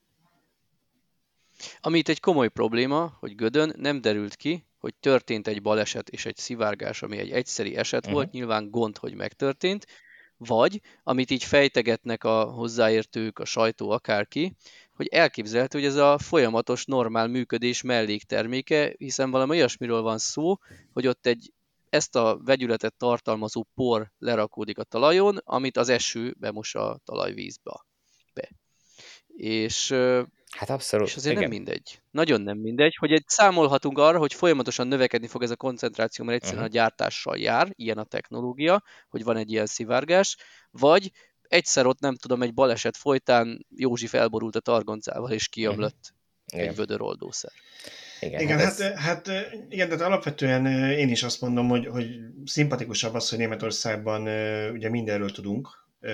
Ami itt egy komoly probléma, hogy Gödön nem derült ki, hogy történt egy baleset és egy szivárgás, ami egy egyszeri eset volt, nyilván gond, hogy megtörtént, vagy, amit így fejtegetnek a hozzáértők, a sajtó, akárki, hogy elképzelhető, hogy ez a folyamatos normál működés mellékterméke, hiszen valami olyasmiről van szó, hogy ott ezt a vegyületet tartalmazó por lerakódik a talajon, amit az eső bemos a talajvízbe. És Hát abszolút, És azért nem igen. mindegy. Nagyon nem mindegy, hogy számolhatunk arra, hogy folyamatosan növekedni fog ez a koncentráció, mert egyszerűen a gyártással jár, ilyen a technológia, hogy van egy ilyen szivárgás, vagy egyszer ott nem tudom, egy baleset folytán Józsi felborult a targoncával, és kiömlött egy Igen. vödör oldószer. Igen, igen, tehát alapvetően én is azt mondom, hogy szimpatikusabb az, hogy Németországban ugye mindenről tudunk,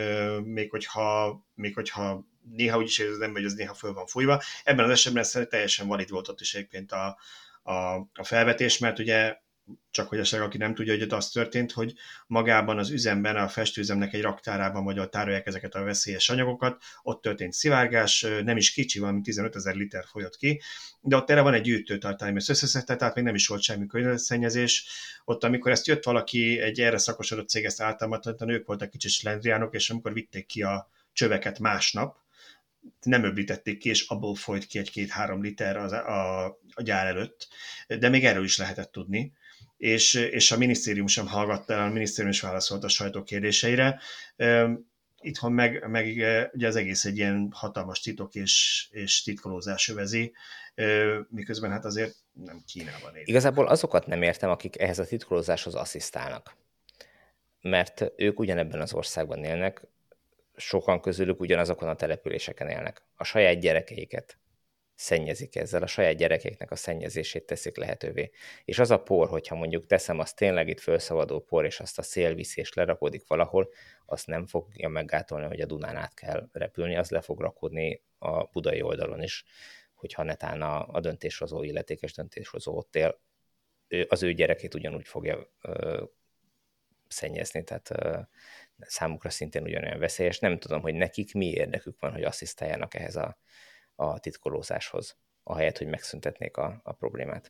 még hogyha néha úgy is érzed ember, hogy az néha föl van fújva. Ebben az esetben ez teljesen valid volt ott is egyébként a felvetés, mert ugye csak hogy esetleg aki nem tudja, hogy ott az történt, hogy magában az üzemben, a festőüzemnek egy raktárában, vagy ott tárolják ezeket a veszélyes anyagokat, ott történt szivárgás, nem is kicsi, valami 15 000 liter folyott ki, de ott erre van egy gyűjtőtartály, mert összeszedte, tehát még nem is volt semmi környezetszennyezés. Ott, amikor ezt jött valaki, egy erre szakosodott cég, ezt általában ők voltak kicsit slendriánok, és amikor vitték ki a csöveket másnap, nem öblítették ki, és abból folyt ki 1-2-3 liter a gyár előtt, de még erről is lehetett tudni. És a minisztérium sem hallgatta el, a minisztérium is válaszolt a sajtó kérdéseire. Itthon meg ugye az egész egy ilyen hatalmas titok és titkolózás övezi, miközben hát azért nem Kínában élünk. Igazából azokat nem értem, akik ehhez a titkolózáshoz asszisztálnak. Mert ők ugyanebben az országban élnek, sokan közülük ugyanazokon a településeken élnek. A saját gyerekeiket szennyezik ezzel, a saját gyerekeiknek a szennyezését teszik lehetővé. És az a por, hogyha mondjuk teszem, az tényleg itt felszabadul por, és azt a szél viszi, és lerakódik valahol, azt nem fogja meggátolni, hogy a Dunán át kell repülni, az le fog rakódni a budai oldalon is, hogyha netán a döntéshozó, illetékes döntéshozó ott él, az ő gyerekét ugyanúgy fogja szennyezni, tehát számukra szintén ugyanolyan veszélyes. Nem tudom, hogy nekik mi érdekük van, hogy asszisztáljanak ehhez a titkolózáshoz, ahelyett, hogy megszüntetnék a problémát.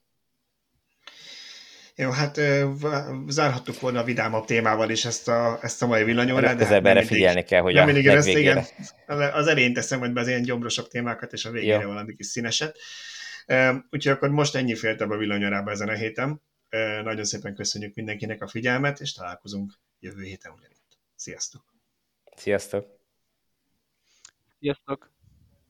Jó, hát zárhattuk volna a vidámabb témával is ezt a mai villanyórát. Közelben erre figyelni kell, hogy a legvégére. Az elején teszem majd be az ilyen gyomrosabb témákat, és a végére valami kis színeset. Úgyhogy akkor most ennyi fért a villanyórába ezen a héten. Nagyon szépen köszönjük mindenkinek a figyelmet, és találkozunk jövő héten ugyanitt. Sziasztok! Sziasztok! Sziasztok!